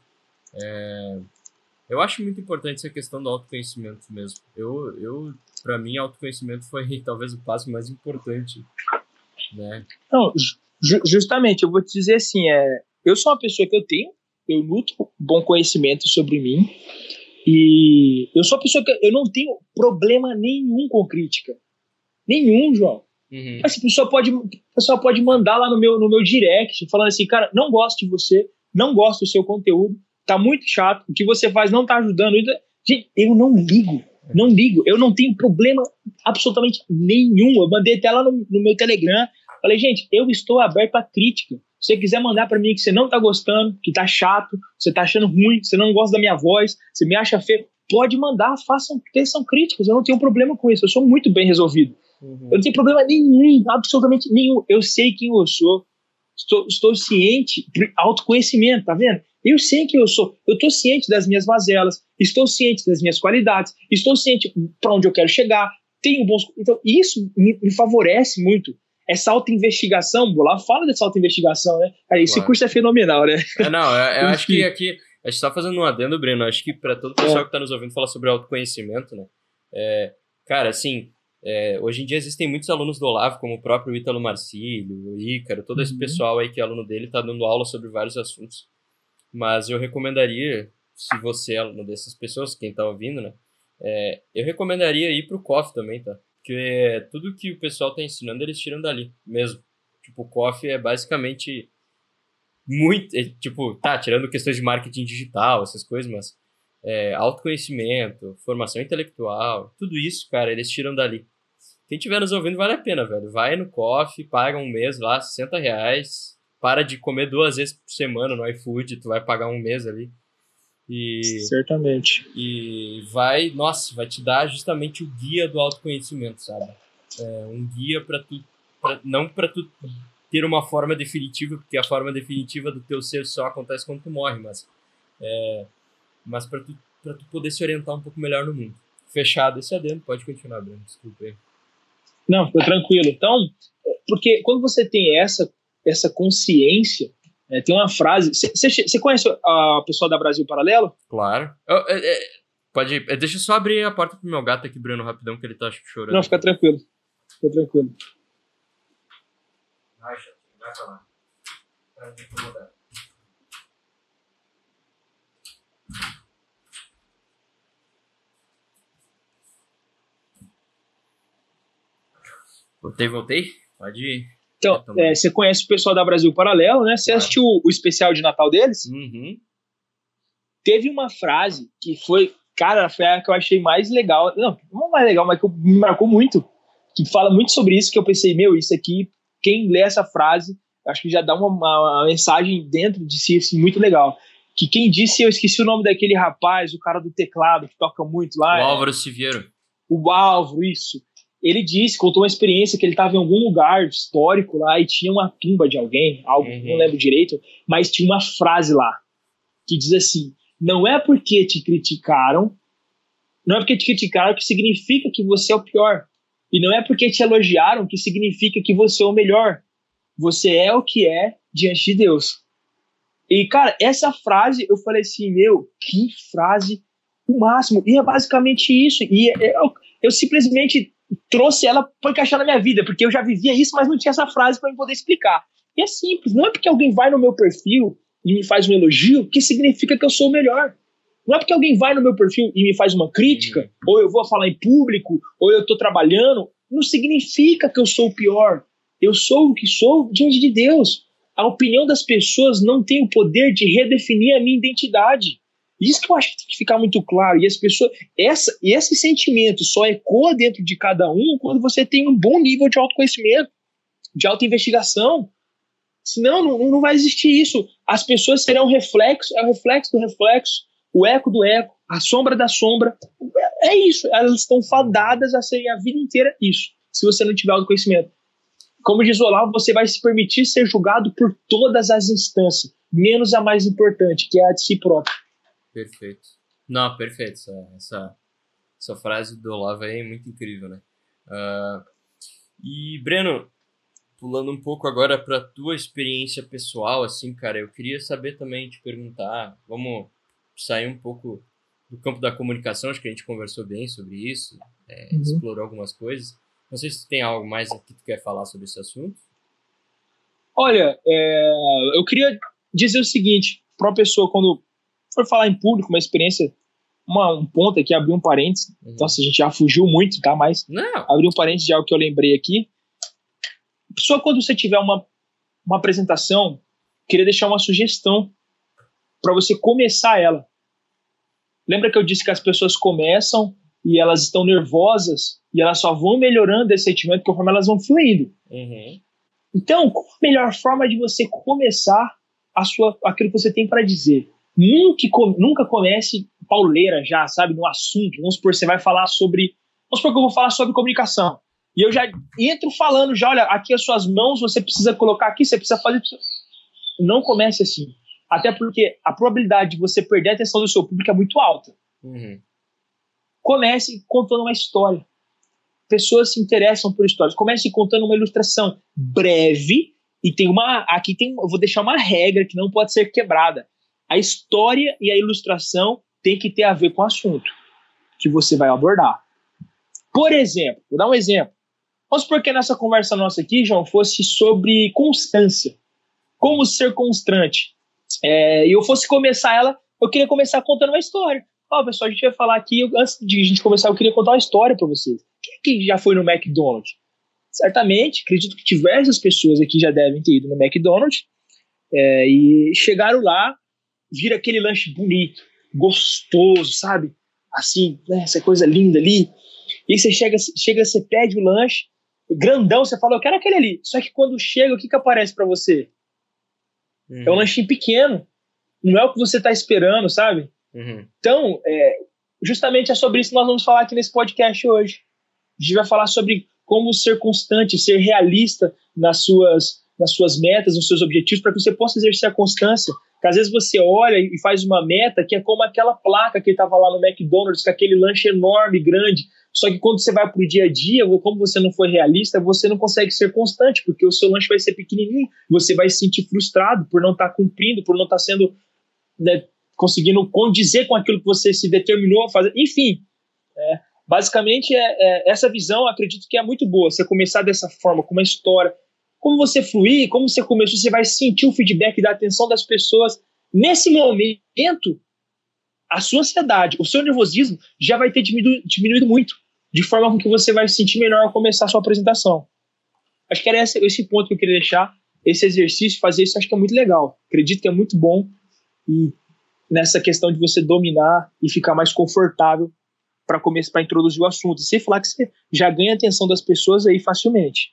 Eu acho muito importante essa questão do autoconhecimento mesmo. Para mim, autoconhecimento foi talvez o passo mais importante, né? Não, justamente, eu vou te dizer assim, eu sou uma pessoa que eu nutro bom conhecimento sobre mim, e eu sou uma pessoa que eu não tenho problema nenhum com crítica. Nenhum, João. Mas a pessoa pode mandar lá no meu direct, falando assim, cara, não gosto de você, não gosto do seu conteúdo, tá muito chato, o que você faz não tá ajudando. Gente, eu não ligo, eu não tenho problema absolutamente nenhum. Eu mandei até lá no meu Telegram, falei, gente, eu estou aberto à crítica. Se você quiser mandar pra mim que você não tá gostando, que tá chato, você tá achando ruim, que você não gosta da minha voz, você me acha feio, pode mandar, façam críticas, eu não tenho problema com isso, eu sou muito bem resolvido. Eu não tenho problema nenhum, absolutamente nenhum. Eu sei quem eu sou. Estou ciente, autoconhecimento, tá vendo? Eu sei quem eu sou. Eu estou ciente das minhas mazelas, estou ciente das minhas qualidades, estou ciente para onde eu quero chegar, tenho bons... Então, isso me favorece muito. Essa autoinvestigação, vou lá, fala dessa autoinvestigação, né? Esse curso é fenomenal, né? Eu acho que aqui, a gente tá fazendo um adendo, Breno, acho que para todo o pessoal que tá nos ouvindo falar sobre autoconhecimento, né? Cara, assim, hoje em dia existem muitos alunos do Olavo, como o próprio Ítalo Marcílio, o Ícaro, todo esse pessoal aí que é aluno dele tá dando aula sobre vários assuntos. Mas eu recomendaria, se você é aluno dessas pessoas, quem tá ouvindo, né? Eu recomendaria ir pro COF também, tá? Porque tudo que o pessoal tá ensinando, eles tiram dali mesmo. Tipo, o COF é basicamente muito... tipo, tirando questões de marketing digital, essas coisas, mas autoconhecimento, formação intelectual, tudo isso, cara, eles tiram dali. Quem estiver nos ouvindo, vale a pena, velho. Vai no COF, paga um mês lá, R$60, para de comer 2 vezes por semana no iFood, tu vai pagar um mês ali. Certamente. E vai te dar justamente o guia do autoconhecimento, sabe? Um guia não para tu ter uma forma definitiva, porque a forma definitiva do teu ser só acontece quando tu morre, mas para tu poder se orientar um pouco melhor no mundo. Fechado esse adendo, pode continuar, Bruno, desculpa aí. Não, ficou tranquilo. Então, porque quando você tem essa consciência, tem uma frase... Você conhece a pessoa da Brasil Paralelo? Claro. Pode ir. Deixa eu só abrir a porta pro meu gato aqui, Bruno, rapidão, que ele tá chorando. Não, fica tranquilo. Fica tranquilo. Vai pra lá. Pra me incomodar. Voltei? Pode ir. Então, você conhece o pessoal da Brasil Paralelo, né? Você assistiu o especial de Natal deles? Uhum. Teve uma frase que foi a que eu achei mais legal. Não mais legal, mas que me marcou muito. Que fala muito sobre isso, que eu pensei, isso aqui, quem lê essa frase, acho que já dá uma mensagem dentro de si, assim, muito legal. Que quem disse, eu esqueci o nome daquele rapaz, o cara do teclado, que toca muito lá. O Álvaro Siviero. O Álvaro, isso. Ele contou uma experiência que ele estava em algum lugar histórico lá e tinha uma tumba de alguém, não lembro direito, mas tinha uma frase lá que diz assim: não é porque te criticaram que significa que você é o pior. E não é porque te elogiaram que significa que você é o melhor. Você é o que é diante de Deus. E, cara, essa frase, eu falei assim, que frase o máximo. E é basicamente isso. E eu simplesmente trouxe ela para encaixar na minha vida, porque eu já vivia isso, mas não tinha essa frase para eu poder explicar. E é simples, não é porque alguém vai no meu perfil e me faz um elogio que significa que eu sou o melhor. Não é porque alguém vai no meu perfil e me faz uma crítica, ou eu vou falar em público, ou eu estou trabalhando, não significa que eu sou o pior. Eu sou o que sou diante de Deus. A opinião das pessoas não tem o poder de redefinir a minha identidade. Isso que eu acho que tem que ficar muito claro. E as pessoas, esse sentimento só ecoa dentro de cada um quando você tem um bom nível de autoconhecimento, de autoinvestigação. Senão não vai existir isso. As pessoas serão o reflexo do reflexo, o eco do eco, a sombra da sombra. É isso. Elas estão fadadas a serem a vida inteira isso, se você não tiver autoconhecimento. Como diz o Olavo, você vai se permitir ser julgado por todas as instâncias, menos a mais importante, que é a de si próprio. Perfeito. Não, perfeito. Essa frase do Olavo aí é muito incrível, né? E, Breno, pulando um pouco agora para tua experiência pessoal, assim, cara, eu queria saber também, te perguntar, vamos sair um pouco do campo da comunicação, acho que a gente conversou bem sobre isso, explorou algumas coisas. Não sei se tu tem algo mais que tu quer falar sobre esse assunto. Olha, eu queria dizer o seguinte, para uma pessoa, quando for falar em público, uma experiência, um ponto aqui, abrir um parênteses, nossa, a gente já fugiu muito, tá? Mas abrir um parênteses de algo que eu lembrei aqui. Pessoa, quando você tiver uma apresentação, queria deixar uma sugestão para você começar ela. Lembra que eu disse que as pessoas começam e elas estão nervosas e elas só vão melhorando esse sentimento conforme elas vão fluindo. Então, qual a melhor forma de você começar aquilo que você tem para dizer? Nunca comece pauleira já, sabe, no assunto. Vamos supor, você vai falar sobre... Vamos supor que eu vou falar sobre comunicação. E eu já entro falando, já, olha, aqui as suas mãos, você precisa colocar aqui, você precisa fazer... Não comece assim. Até porque a probabilidade de você perder a atenção do seu público é muito alta. Uhum. Comece contando uma história. Pessoas se interessam por histórias. Comece contando uma ilustração breve. E eu vou deixar uma regra que não pode ser quebrada. A história e a ilustração tem que ter a ver com o assunto que você vai abordar. Por exemplo, vou dar um exemplo. Vamos supor que nessa conversa nossa aqui, João, fosse sobre constância. Como ser constante. E eu fosse começar ela, eu queria começar contando uma história. Pessoal, a gente vai falar aqui, antes de a gente começar, eu queria contar uma história para vocês. Quem que já foi no McDonald's? Certamente, acredito que diversas pessoas aqui já devem ter ido no McDonald's e chegaram lá, viram aquele lanche bonito, gostoso, sabe? Assim, né, essa coisa linda ali. E aí você chega, você pede o lanche, grandão, você fala, eu quero aquele ali. Só que quando chega, o que aparece para você? É um lanchinho pequeno. Não é o que você tá esperando, sabe? Uhum. Então, justamente é sobre isso que nós vamos falar aqui nesse podcast hoje. A gente vai falar sobre como ser constante, ser realista nas suas metas, nos seus objetivos, para que você possa exercer a constância. Porque às vezes você olha e faz uma meta que é como aquela placa que estava lá no McDonald's, com aquele lanche enorme, grande. Só que quando você vai para o dia a dia, como você não foi realista, você não consegue ser constante, porque o seu lanche vai ser pequenininho, você vai se sentir frustrado por não estar cumprindo, por não estar sendo, né, conseguindo condizer com aquilo que você se determinou a fazer. Enfim, basicamente essa visão, acredito que é muito boa. Você começar dessa forma, com uma história, como você fluir, como você começou, você vai sentir o feedback da atenção das pessoas. Nesse momento, a sua ansiedade, o seu nervosismo já vai ter diminuído muito, de forma com que você vai se sentir melhor ao começar a sua apresentação. Acho que era esse ponto que eu queria deixar, esse exercício, fazer isso, acho que é muito legal. Acredito que é muito bom e nessa questão de você dominar e ficar mais confortável para começar, para introduzir o assunto. E sem falar que você já ganha a atenção das pessoas aí facilmente.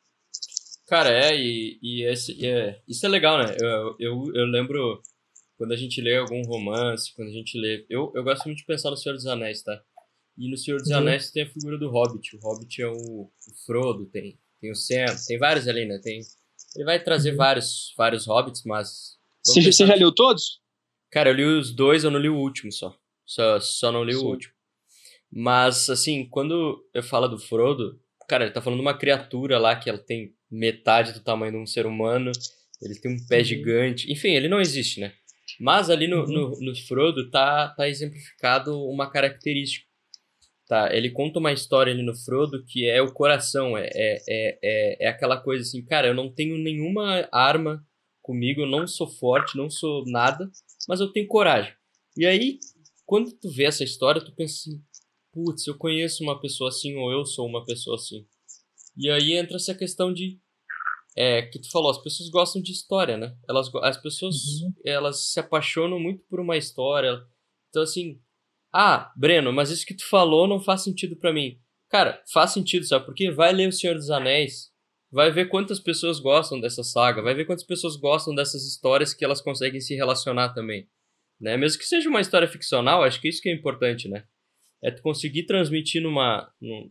Cara, isso é legal, né? Eu lembro quando a gente lê algum romance, quando a gente lê... Eu gosto muito de pensar no Senhor dos Anéis, tá? E no Senhor dos Anéis tem a figura do Hobbit. O Hobbit é o Frodo, tem o Sam, tem vários ali, né? Ele vai trazer vários Hobbits, mas... Você já leu todos? Cara, eu li os 2, eu não li o último só. Só não li o último. Mas, assim, quando eu falo do Frodo, cara, ele tá falando de uma criatura lá que ela tem metade do tamanho de um ser humano, ele tem um pé gigante, enfim, ele não existe, né? Mas ali no Frodo tá exemplificado uma característica. Tá, ele conta uma história ali no Frodo que é o coração, é aquela coisa assim, cara, eu não tenho nenhuma arma comigo, eu não sou forte, não sou nada, mas eu tenho coragem. E aí, quando tu vê essa história, tu pensa assim, putz, eu conheço uma pessoa assim, ou eu sou uma pessoa assim. E aí entra essa questão de, que tu falou, as pessoas gostam de história, né? As pessoas, elas se apaixonam muito por uma história. Então assim, Breno, mas isso que tu falou não faz sentido pra mim. Cara, faz sentido, sabe? Porque vai ler O Senhor dos Anéis, vai ver quantas pessoas gostam dessa saga, vai ver quantas pessoas gostam dessas histórias que elas conseguem se relacionar também, né? Mesmo que seja uma história ficcional, acho que isso que é importante, né? É tu conseguir transmitir numa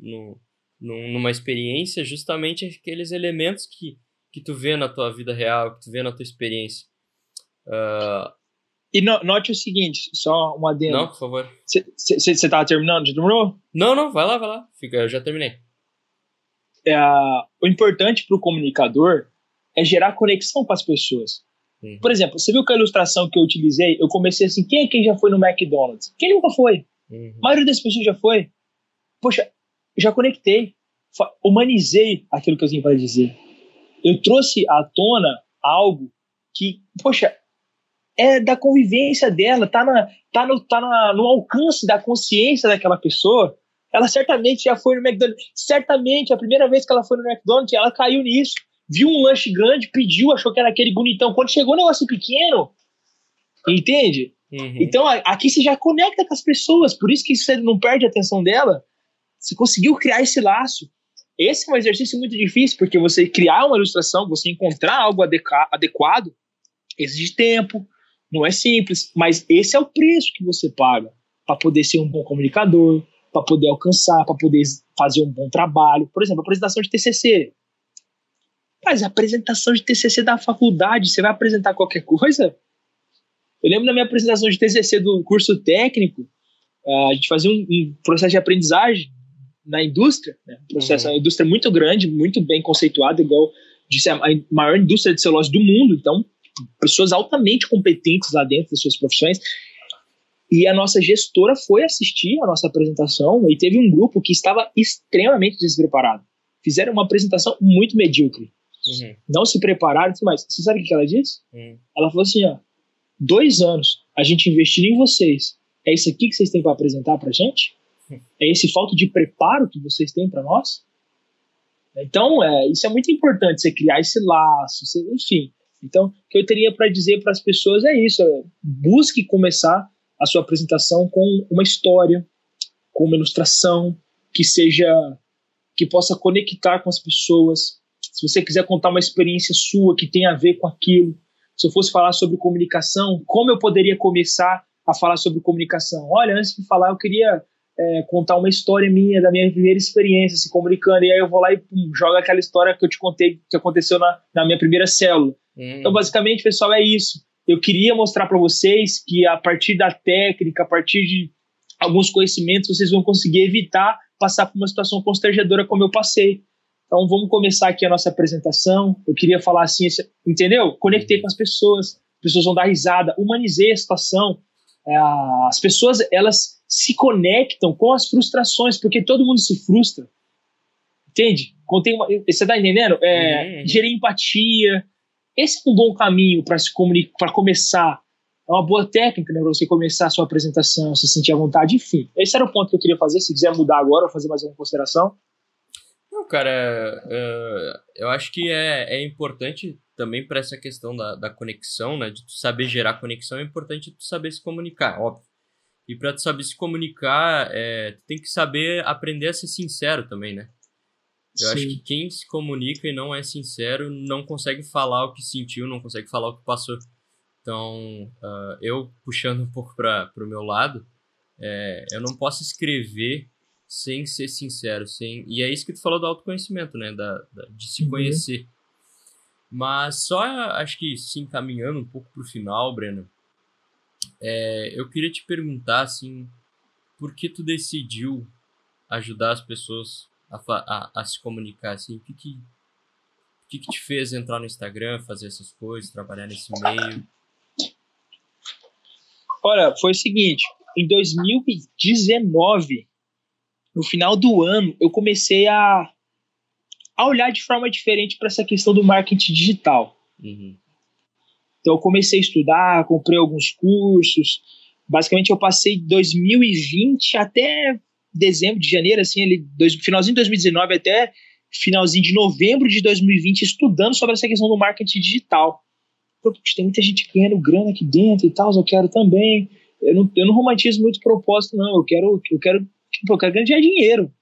experiência justamente aqueles elementos que tu vê na tua vida real, que tu vê na tua experiência. E note o seguinte, só um adendo. Não, por favor. Você tava terminando? Já terminou? Não, vai lá. Eu já terminei. O importante para o comunicador é gerar conexão com as pessoas. Por exemplo, você viu que a ilustração que eu utilizei, eu comecei assim, quem já foi no McDonald's? Quem nunca foi? A maioria das pessoas já foi. Poxa, já conectei, humanizei aquilo que eu tinha para dizer. Eu trouxe à tona algo que, poxa, é da convivência dela, tá no alcance da consciência daquela pessoa. Ela certamente já foi no McDonald's. Certamente, a primeira vez que ela foi no McDonald's, ela caiu nisso. Viu um lanche grande, pediu, achou que era aquele bonitão. Quando chegou um negócio pequeno, entende? Então, aqui você já conecta com as pessoas. Por isso que você não perde a atenção dela. Você conseguiu criar esse laço. Esse é um exercício muito difícil, porque você criar uma ilustração, você encontrar algo adequado, exige tempo, não é simples, mas esse é o preço que você paga para poder ser um bom comunicador, para poder alcançar, para poder fazer um bom trabalho. Por exemplo, apresentação de TCC. Mas a apresentação de TCC da faculdade, você vai apresentar qualquer coisa? Eu lembro da minha apresentação de TCC do curso técnico, a gente fazia um processo de aprendizagem na indústria, né? A indústria é muito grande, muito bem conceituada, igual disse, a maior indústria de celulose do mundo, então pessoas altamente competentes lá dentro das suas profissões. E a nossa gestora foi assistir a nossa apresentação e teve um grupo que estava extremamente despreparado. Fizeram uma apresentação muito medíocre. Não se prepararam, mas você sabe o que ela disse? Ela falou assim, 2 anos a gente investindo em vocês, é isso aqui que vocês têm para apresentar pra gente? É esse falta de preparo que vocês têm para nós? Então, isso é muito importante, você criar esse laço, enfim. Então, o que eu teria para dizer para as pessoas é isso, busque começar a sua apresentação com uma história, com uma ilustração que possa conectar com as pessoas. Se você quiser contar uma experiência sua que tenha a ver com aquilo, se eu fosse falar sobre comunicação, como eu poderia começar a falar sobre comunicação? Olha, antes de falar, eu queria contar uma história minha, da minha primeira experiência se comunicando, e aí eu vou lá e jogo aquela história que eu te contei, que aconteceu na minha primeira célula. Então, basicamente, pessoal, é isso. Eu queria mostrar para vocês que a partir da técnica, a partir de alguns conhecimentos, vocês vão conseguir evitar passar por uma situação constrangedora como eu passei. Então, vamos começar aqui a nossa apresentação. Eu queria falar assim, entendeu? Conectei com as pessoas vão dar risada, humanizei a situação. As pessoas, elas se conectam com as frustrações, porque todo mundo se frustra. Entende? Você tá entendendo? Gerar empatia. Esse é um bom caminho para se comunicar, para começar. É uma boa técnica, né, para você começar a sua apresentação, se sentir à vontade, enfim. Esse era o ponto que eu queria fazer. Se quiser mudar agora ou fazer mais alguma consideração. Não, cara, eu acho que é importante também para essa questão da conexão, né, de tu saber gerar conexão, é importante tu saber se comunicar, óbvio. E para tu saber se comunicar, tu tem que saber aprender a ser sincero também, né? Eu acho que quem se comunica e não é sincero não consegue falar o que sentiu, não consegue falar o que passou. Então, eu puxando um pouco para o meu lado, eu não posso escrever sem ser sincero. E é isso que tu falou do autoconhecimento, né? De se conhecer. Mas só, acho que se encaminhando um pouco para o final, Breno, eu queria te perguntar, assim, por que tu decidiu ajudar as pessoas a se comunicar, assim? O que te fez entrar no Instagram, fazer essas coisas, trabalhar nesse meio? Olha, foi o seguinte, em 2019, no final do ano, eu comecei a olhar de forma diferente para essa questão do marketing digital. Então eu comecei a estudar, comprei alguns cursos. Basicamente eu passei 2020 até dezembro, de janeiro, assim, finalzinho de 2019 até finalzinho de novembro de 2020, estudando sobre essa questão do marketing digital. Tem muita gente ganhando grana aqui dentro e tal, eu quero também. Eu não romantizo muito propósito, não. Eu quero ganhar dinheiro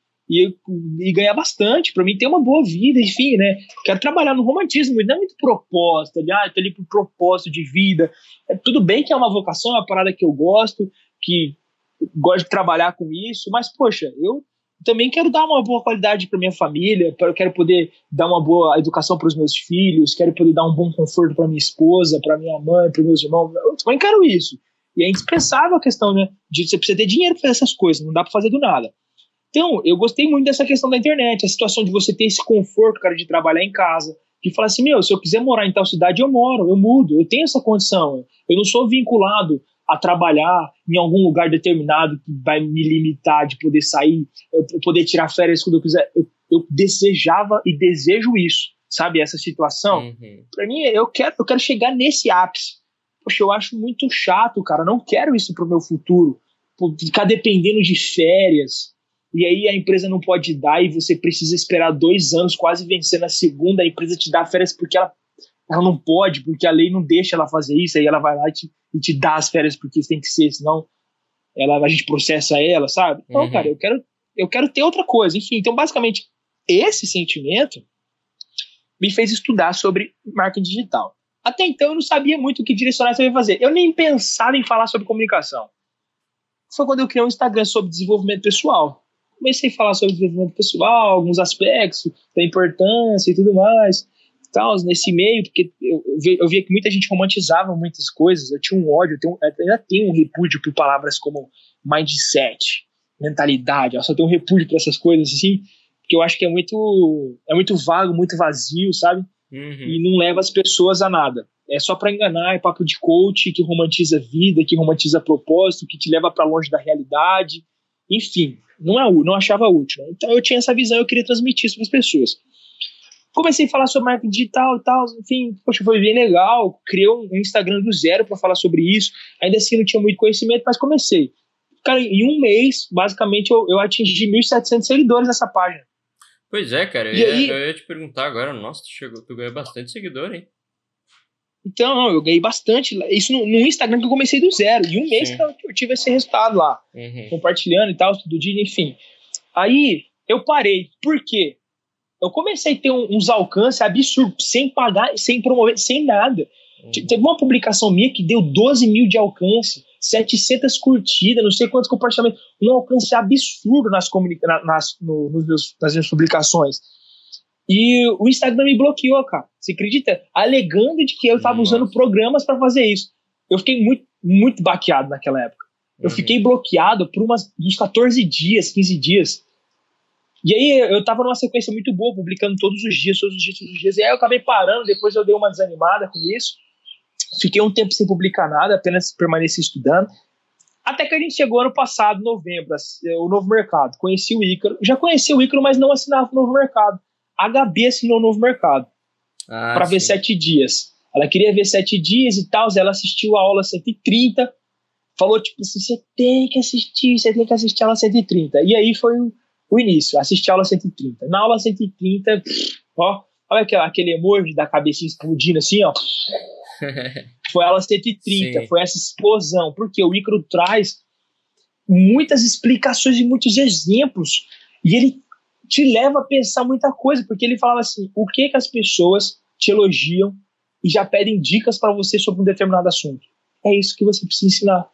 e ganhar bastante, para mim ter uma boa vida, enfim, né? Quero trabalhar no romantismo, não é muito propósito, tô ali pro propósito de vida. Tudo bem que é uma vocação, é uma parada que eu gosto, que gosto de trabalhar com isso, mas, poxa, eu também quero dar uma boa qualidade para minha família, eu quero poder dar uma boa educação para os meus filhos, quero poder dar um bom conforto para minha esposa, para minha mãe, para meus irmãos, eu também quero isso. E é indispensável a questão, né, de você precisa ter dinheiro para fazer essas coisas, não dá para fazer do nada. Então, eu gostei muito dessa questão da internet, a situação de você ter esse conforto, cara, de trabalhar em casa, de falar assim, se eu quiser morar em tal cidade, eu moro, eu mudo, eu tenho essa condição, eu não sou vinculado a trabalhar em algum lugar determinado que vai me limitar de poder sair, eu poder tirar férias quando eu quiser. Eu desejava e desejo isso, sabe, essa situação. Pra mim, eu quero chegar nesse ápice. Poxa, eu acho muito chato, cara, não quero isso pro meu futuro, ficar dependendo de férias, e aí a empresa não pode dar e você precisa esperar 2 anos, quase vencendo a segunda, a empresa te dá férias porque ela não pode, porque a lei não deixa ela fazer isso, aí ela vai lá e te dá as férias porque tem que ser, senão a gente processa ela, sabe? Então, cara, eu quero ter outra coisa, enfim. Então, basicamente, esse sentimento me fez estudar sobre marketing digital. Até então, eu não sabia muito o que direcionar eu ia fazer. Eu nem pensava em falar sobre comunicação. foi quando eu criei um Instagram sobre desenvolvimento pessoal. Comecei a falar sobre desenvolvimento pessoal, alguns aspectos da importância e tudo mais, tal, nesse meio, porque eu via que muita gente romantizava muitas coisas. Eu tinha um ódio, eu ainda tenho um repúdio por palavras como mindset, mentalidade. Eu só tenho um repúdio por essas coisas assim, porque eu acho que é muito vago, muito vazio, sabe? E não leva as pessoas a nada. É só para enganar, é papo de coach que romantiza a vida, que romantiza propósito, que te leva para longe da realidade. Enfim, não achava útil. Então eu tinha essa visão, eu queria transmitir isso para as pessoas. Comecei a falar sobre marketing digital e tal, enfim, poxa, foi bem legal. Criei um Instagram do zero para falar sobre isso. Ainda assim não tinha muito conhecimento, mas comecei. Cara, em um mês, basicamente, eu atingi 1.700 seguidores nessa página. Pois é, cara, eu ia te perguntar agora, nossa, tu ganhou bastante seguidor, hein? Então, eu ganhei bastante. Isso no Instagram que eu comecei do zero. E um mês que eu tive esse resultado lá. Compartilhando e tal, todo dia, enfim. Aí, eu parei. Por quê? Eu comecei a ter uns alcances absurdos, sem pagar, sem promover, sem nada. Teve uma publicação minha que deu 12 mil de alcance, 700 curtidas, não sei quantos compartilhamentos. Um alcance absurdo nas minhas publicações. E o Instagram me bloqueou, cara. Você acredita? Alegando de que eu estava usando programas para fazer isso. Eu fiquei muito, muito baqueado naquela época. Eu fiquei bloqueado por uns 14 dias, 15 dias. E aí eu tava numa sequência muito boa, publicando todos os dias. E aí eu acabei parando, depois eu dei uma desanimada com isso. Fiquei um tempo sem publicar nada, apenas permaneci estudando. Até que a gente chegou ano passado, novembro, o Novo Mercado. Conheci o Ícaro. Já conheci o Ícaro, mas não assinava o Novo Mercado. A Gabi assinou o Novo Mercado para ver 7 dias. Ela queria ver 7 dias e tal. Ela assistiu a aula 130. Falou tipo assim: você tem que assistir a aula 130. E aí foi o início, assisti a aula 130. Na aula 130, ó, olha aquele emoji da cabecinha explodindo assim, ó. Foi a aula 130, foi essa explosão. Porque o Ícaro traz muitas explicações e muitos exemplos. E ele te leva a pensar muita coisa, porque ele falava assim: o que as pessoas te elogiam e já pedem dicas para você sobre um determinado assunto? É isso que você precisa ensinar.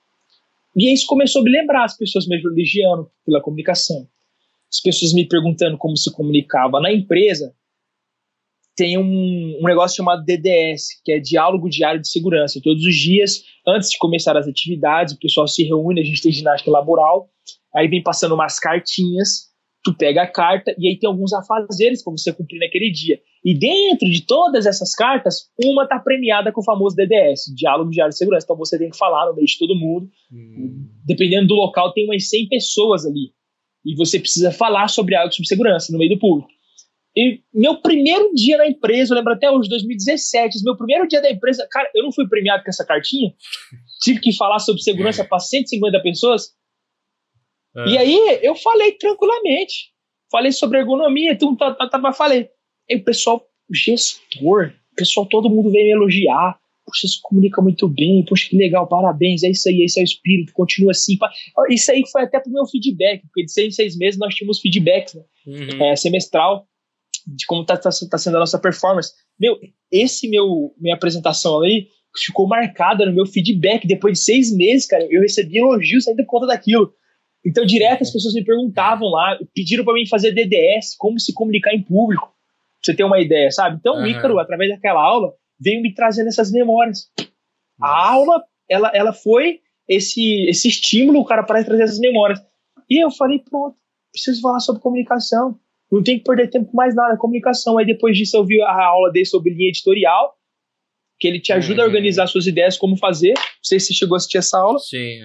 E isso começou a me lembrar, as pessoas me elogiando pela comunicação, as pessoas me perguntando como se comunicava. Na empresa tem um negócio chamado DDS, que é Diálogo Diário de Segurança. Todos os dias, antes de começar as atividades, o pessoal se reúne, a gente tem ginástica laboral, aí vem passando umas cartinhas. Tu pega a carta e aí tem alguns afazeres para você cumprir naquele dia. E dentro de todas essas cartas, uma tá premiada com o famoso DDS, Diálogo Diário de Segurança. Então você tem que falar no meio de todo mundo. Dependendo do local, tem umas 100 pessoas ali. E você precisa falar sobre algo sobre segurança no meio do público. E meu primeiro dia na empresa, eu lembro até hoje, 2017, meu primeiro dia da empresa, cara, eu não fui premiado com essa cartinha. Tive que falar sobre segurança para 150 pessoas. E aí eu falei tranquilamente, falei sobre ergonomia, falei. E o pessoal, gestor, todo mundo veio me elogiar. Poxa, você se comunica muito bem, poxa, que legal, parabéns, é isso aí, esse é o espírito, continua assim. Isso aí foi até pro meu feedback, porque de 6 em 6 meses nós tínhamos feedbacks, né? Semestral, de como tá sendo a nossa performance. Minha apresentação ali ficou marcada no meu feedback. Depois de 6 meses, cara, eu recebi elogios ainda por conta daquilo. Então, direto, as pessoas me perguntavam lá, pediram para mim fazer DDS, como se comunicar em público, pra você ter uma ideia, sabe? Então, o Ícaro, através daquela aula, veio me trazendo essas memórias. A aula, ela foi esse estímulo, o cara, para trazer essas memórias. E eu falei, pronto, preciso falar sobre comunicação. Não tem que perder tempo com mais nada, comunicação. Aí, depois disso, eu vi a aula dele sobre linha editorial, que ele te ajuda a organizar suas ideias, como fazer. Não sei se você chegou a assistir essa aula. Sim,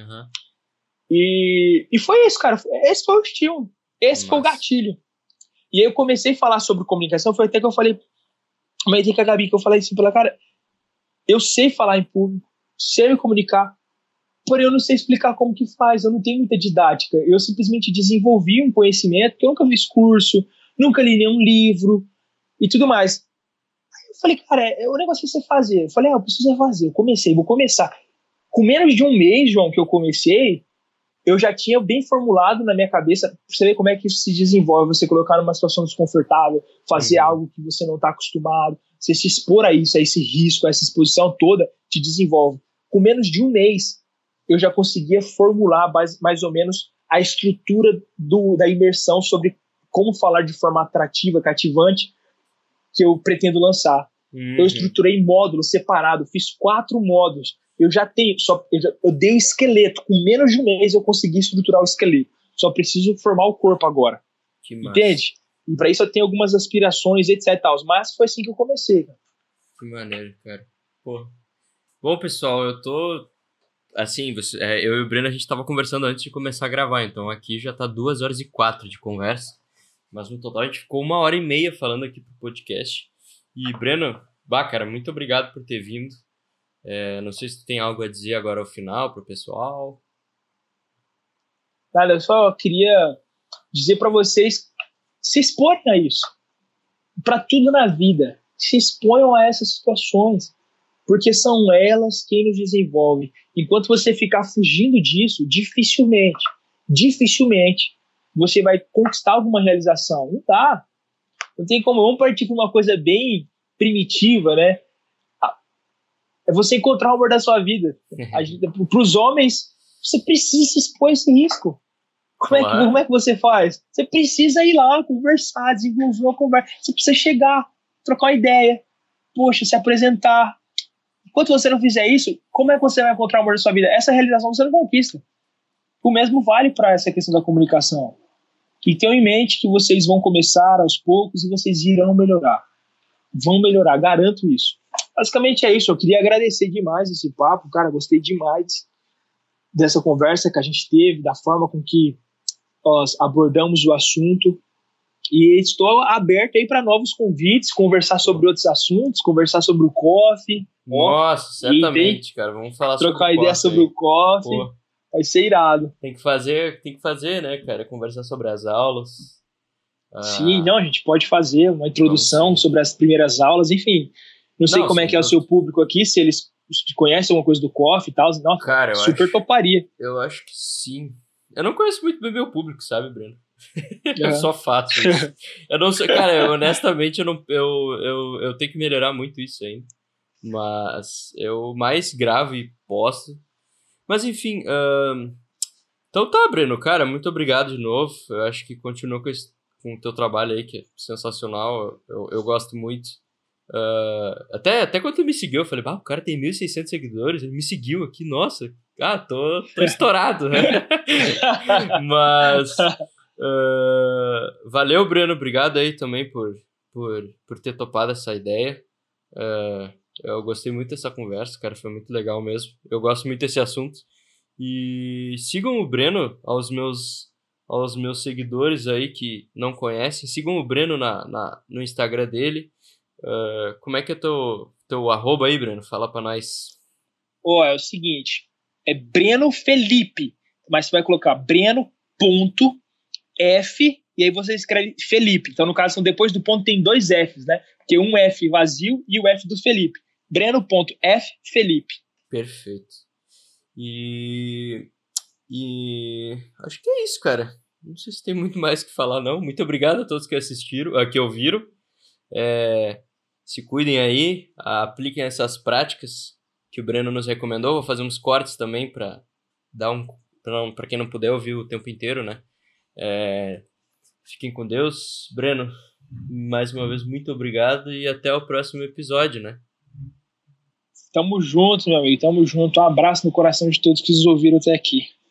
E foi isso, cara. Esse foi o estilo. Esse foi o gatilho. E aí eu comecei a falar sobre comunicação. Foi até que eu falei, comentei com a Gabi, que eu falei assim, cara, eu sei falar em público, sei me comunicar, porém eu não sei explicar como que faz, eu não tenho muita didática. Eu simplesmente desenvolvi um conhecimento, que eu nunca fiz curso, nunca li nenhum livro e tudo mais. Aí eu falei, cara, o negócio é você fazer. Eu falei, eu preciso fazer. Vou começar. Com menos de um mês, João, que eu comecei, eu já tinha bem formulado na minha cabeça, pra você ver como é que isso se desenvolve, você colocar numa situação desconfortável, fazer algo que você não está acostumado, você se expor a isso, a esse risco, a essa exposição toda, te desenvolve. Com menos de um mês, eu já conseguia formular mais ou menos a estrutura da imersão sobre como falar de forma atrativa, cativante, que eu pretendo lançar. Eu estruturei módulos separados, fiz 4 módulos. Eu já tenho, eu dei um esqueleto. Com menos de um mês eu consegui estruturar o esqueleto. Só preciso formar o corpo agora. Entende? E para isso eu tenho algumas aspirações, etc. Mas foi assim que eu comecei. Cara. Que maneiro, cara. Pô. Bom, pessoal, eu tô... Assim, eu e o Breno, a gente tava conversando antes de começar a gravar. Então aqui já tá 2h04 de conversa. Mas no total a gente ficou 1h30 falando aqui pro podcast. E, Breno, cara, muito obrigado por ter vindo. Não sei se tu tem algo a dizer agora ao final pro pessoal. Cara, eu só queria dizer para vocês, se exponham a isso. Para tudo na vida. Se exponham a essas situações. Porque são elas quem nos desenvolvem. Enquanto você ficar fugindo disso, dificilmente você vai conquistar alguma realização. Não dá. Não tem como. Vamos partir para uma coisa bem primitiva, né? É você encontrar o amor da sua vida. Para os homens, você precisa se expor a esse risco. Como é que você faz? Você precisa ir lá, conversar, desenvolver uma conversa. Você precisa chegar, trocar uma ideia. Poxa, se apresentar. Enquanto você não fizer isso, como é que você vai encontrar o amor da sua vida? Essa realização você não conquista. O mesmo vale para essa questão da comunicação. E tenham em mente que vocês vão começar aos poucos e vocês irão melhorar. Vão melhorar, garanto isso. Basicamente é isso. Eu queria agradecer demais esse papo. Cara, gostei demais dessa conversa que a gente teve, da forma com que nós abordamos o assunto. E estou aberto aí para novos convites, conversar sobre outros assuntos, conversar sobre o coffee. Nossa, certamente, cara. Vamos falar sobre o coffee. Trocar ideia sobre o coffee. Pô. Vai ser irado. Tem que fazer, né, cara? Conversar sobre as aulas. Sim, não, a gente pode fazer uma introdução sobre as primeiras aulas, enfim. Não sei como é que é o seu público aqui, se eles conhecem alguma coisa do coffee e tal. Não, cara, eu super toparia. Eu acho que sim. Eu não conheço muito bem meu público, sabe, Breno? Eu só faço isso. Eu não sei, cara, honestamente, eu tenho que melhorar muito isso ainda. Mas eu mais gravo e posto. Mas enfim, então tá, Breno, cara, muito obrigado de novo. Eu acho que continua com o teu trabalho aí, que é sensacional. Eu gosto muito. Até quando tu me seguiu, eu falei, o cara tem 1.600 seguidores, ele me seguiu aqui, nossa, tô estourado, né? Mas valeu, Breno, obrigado aí também por ter topado essa ideia. Eu gostei muito dessa conversa, cara, foi muito legal mesmo. Eu gosto muito desse assunto. E sigam o Breno, aos meus seguidores aí que não conhecem, sigam o Breno no Instagram dele. Como é que é teu arroba aí, Breno? Fala pra nós. É o seguinte, é Breno Felipe, mas você vai colocar Breno.f e aí você escreve Felipe. Então, no caso, depois do ponto tem 2 Fs, né? Porque um F vazio e o F do Felipe. Breno.f Felipe. Perfeito. E acho que é isso, cara. Não sei se tem muito mais o que falar, não. Muito obrigado a todos que assistiram, que ouviram. Se cuidem aí, apliquem essas práticas que o Breno nos recomendou. Vou fazer uns cortes também para para quem não puder ouvir o tempo inteiro, né? Fiquem com Deus. Breno, mais uma vez, muito obrigado e até o próximo episódio, né? Tamo junto, meu amigo. Tamo junto. Um abraço no coração de todos que nos ouviram até aqui.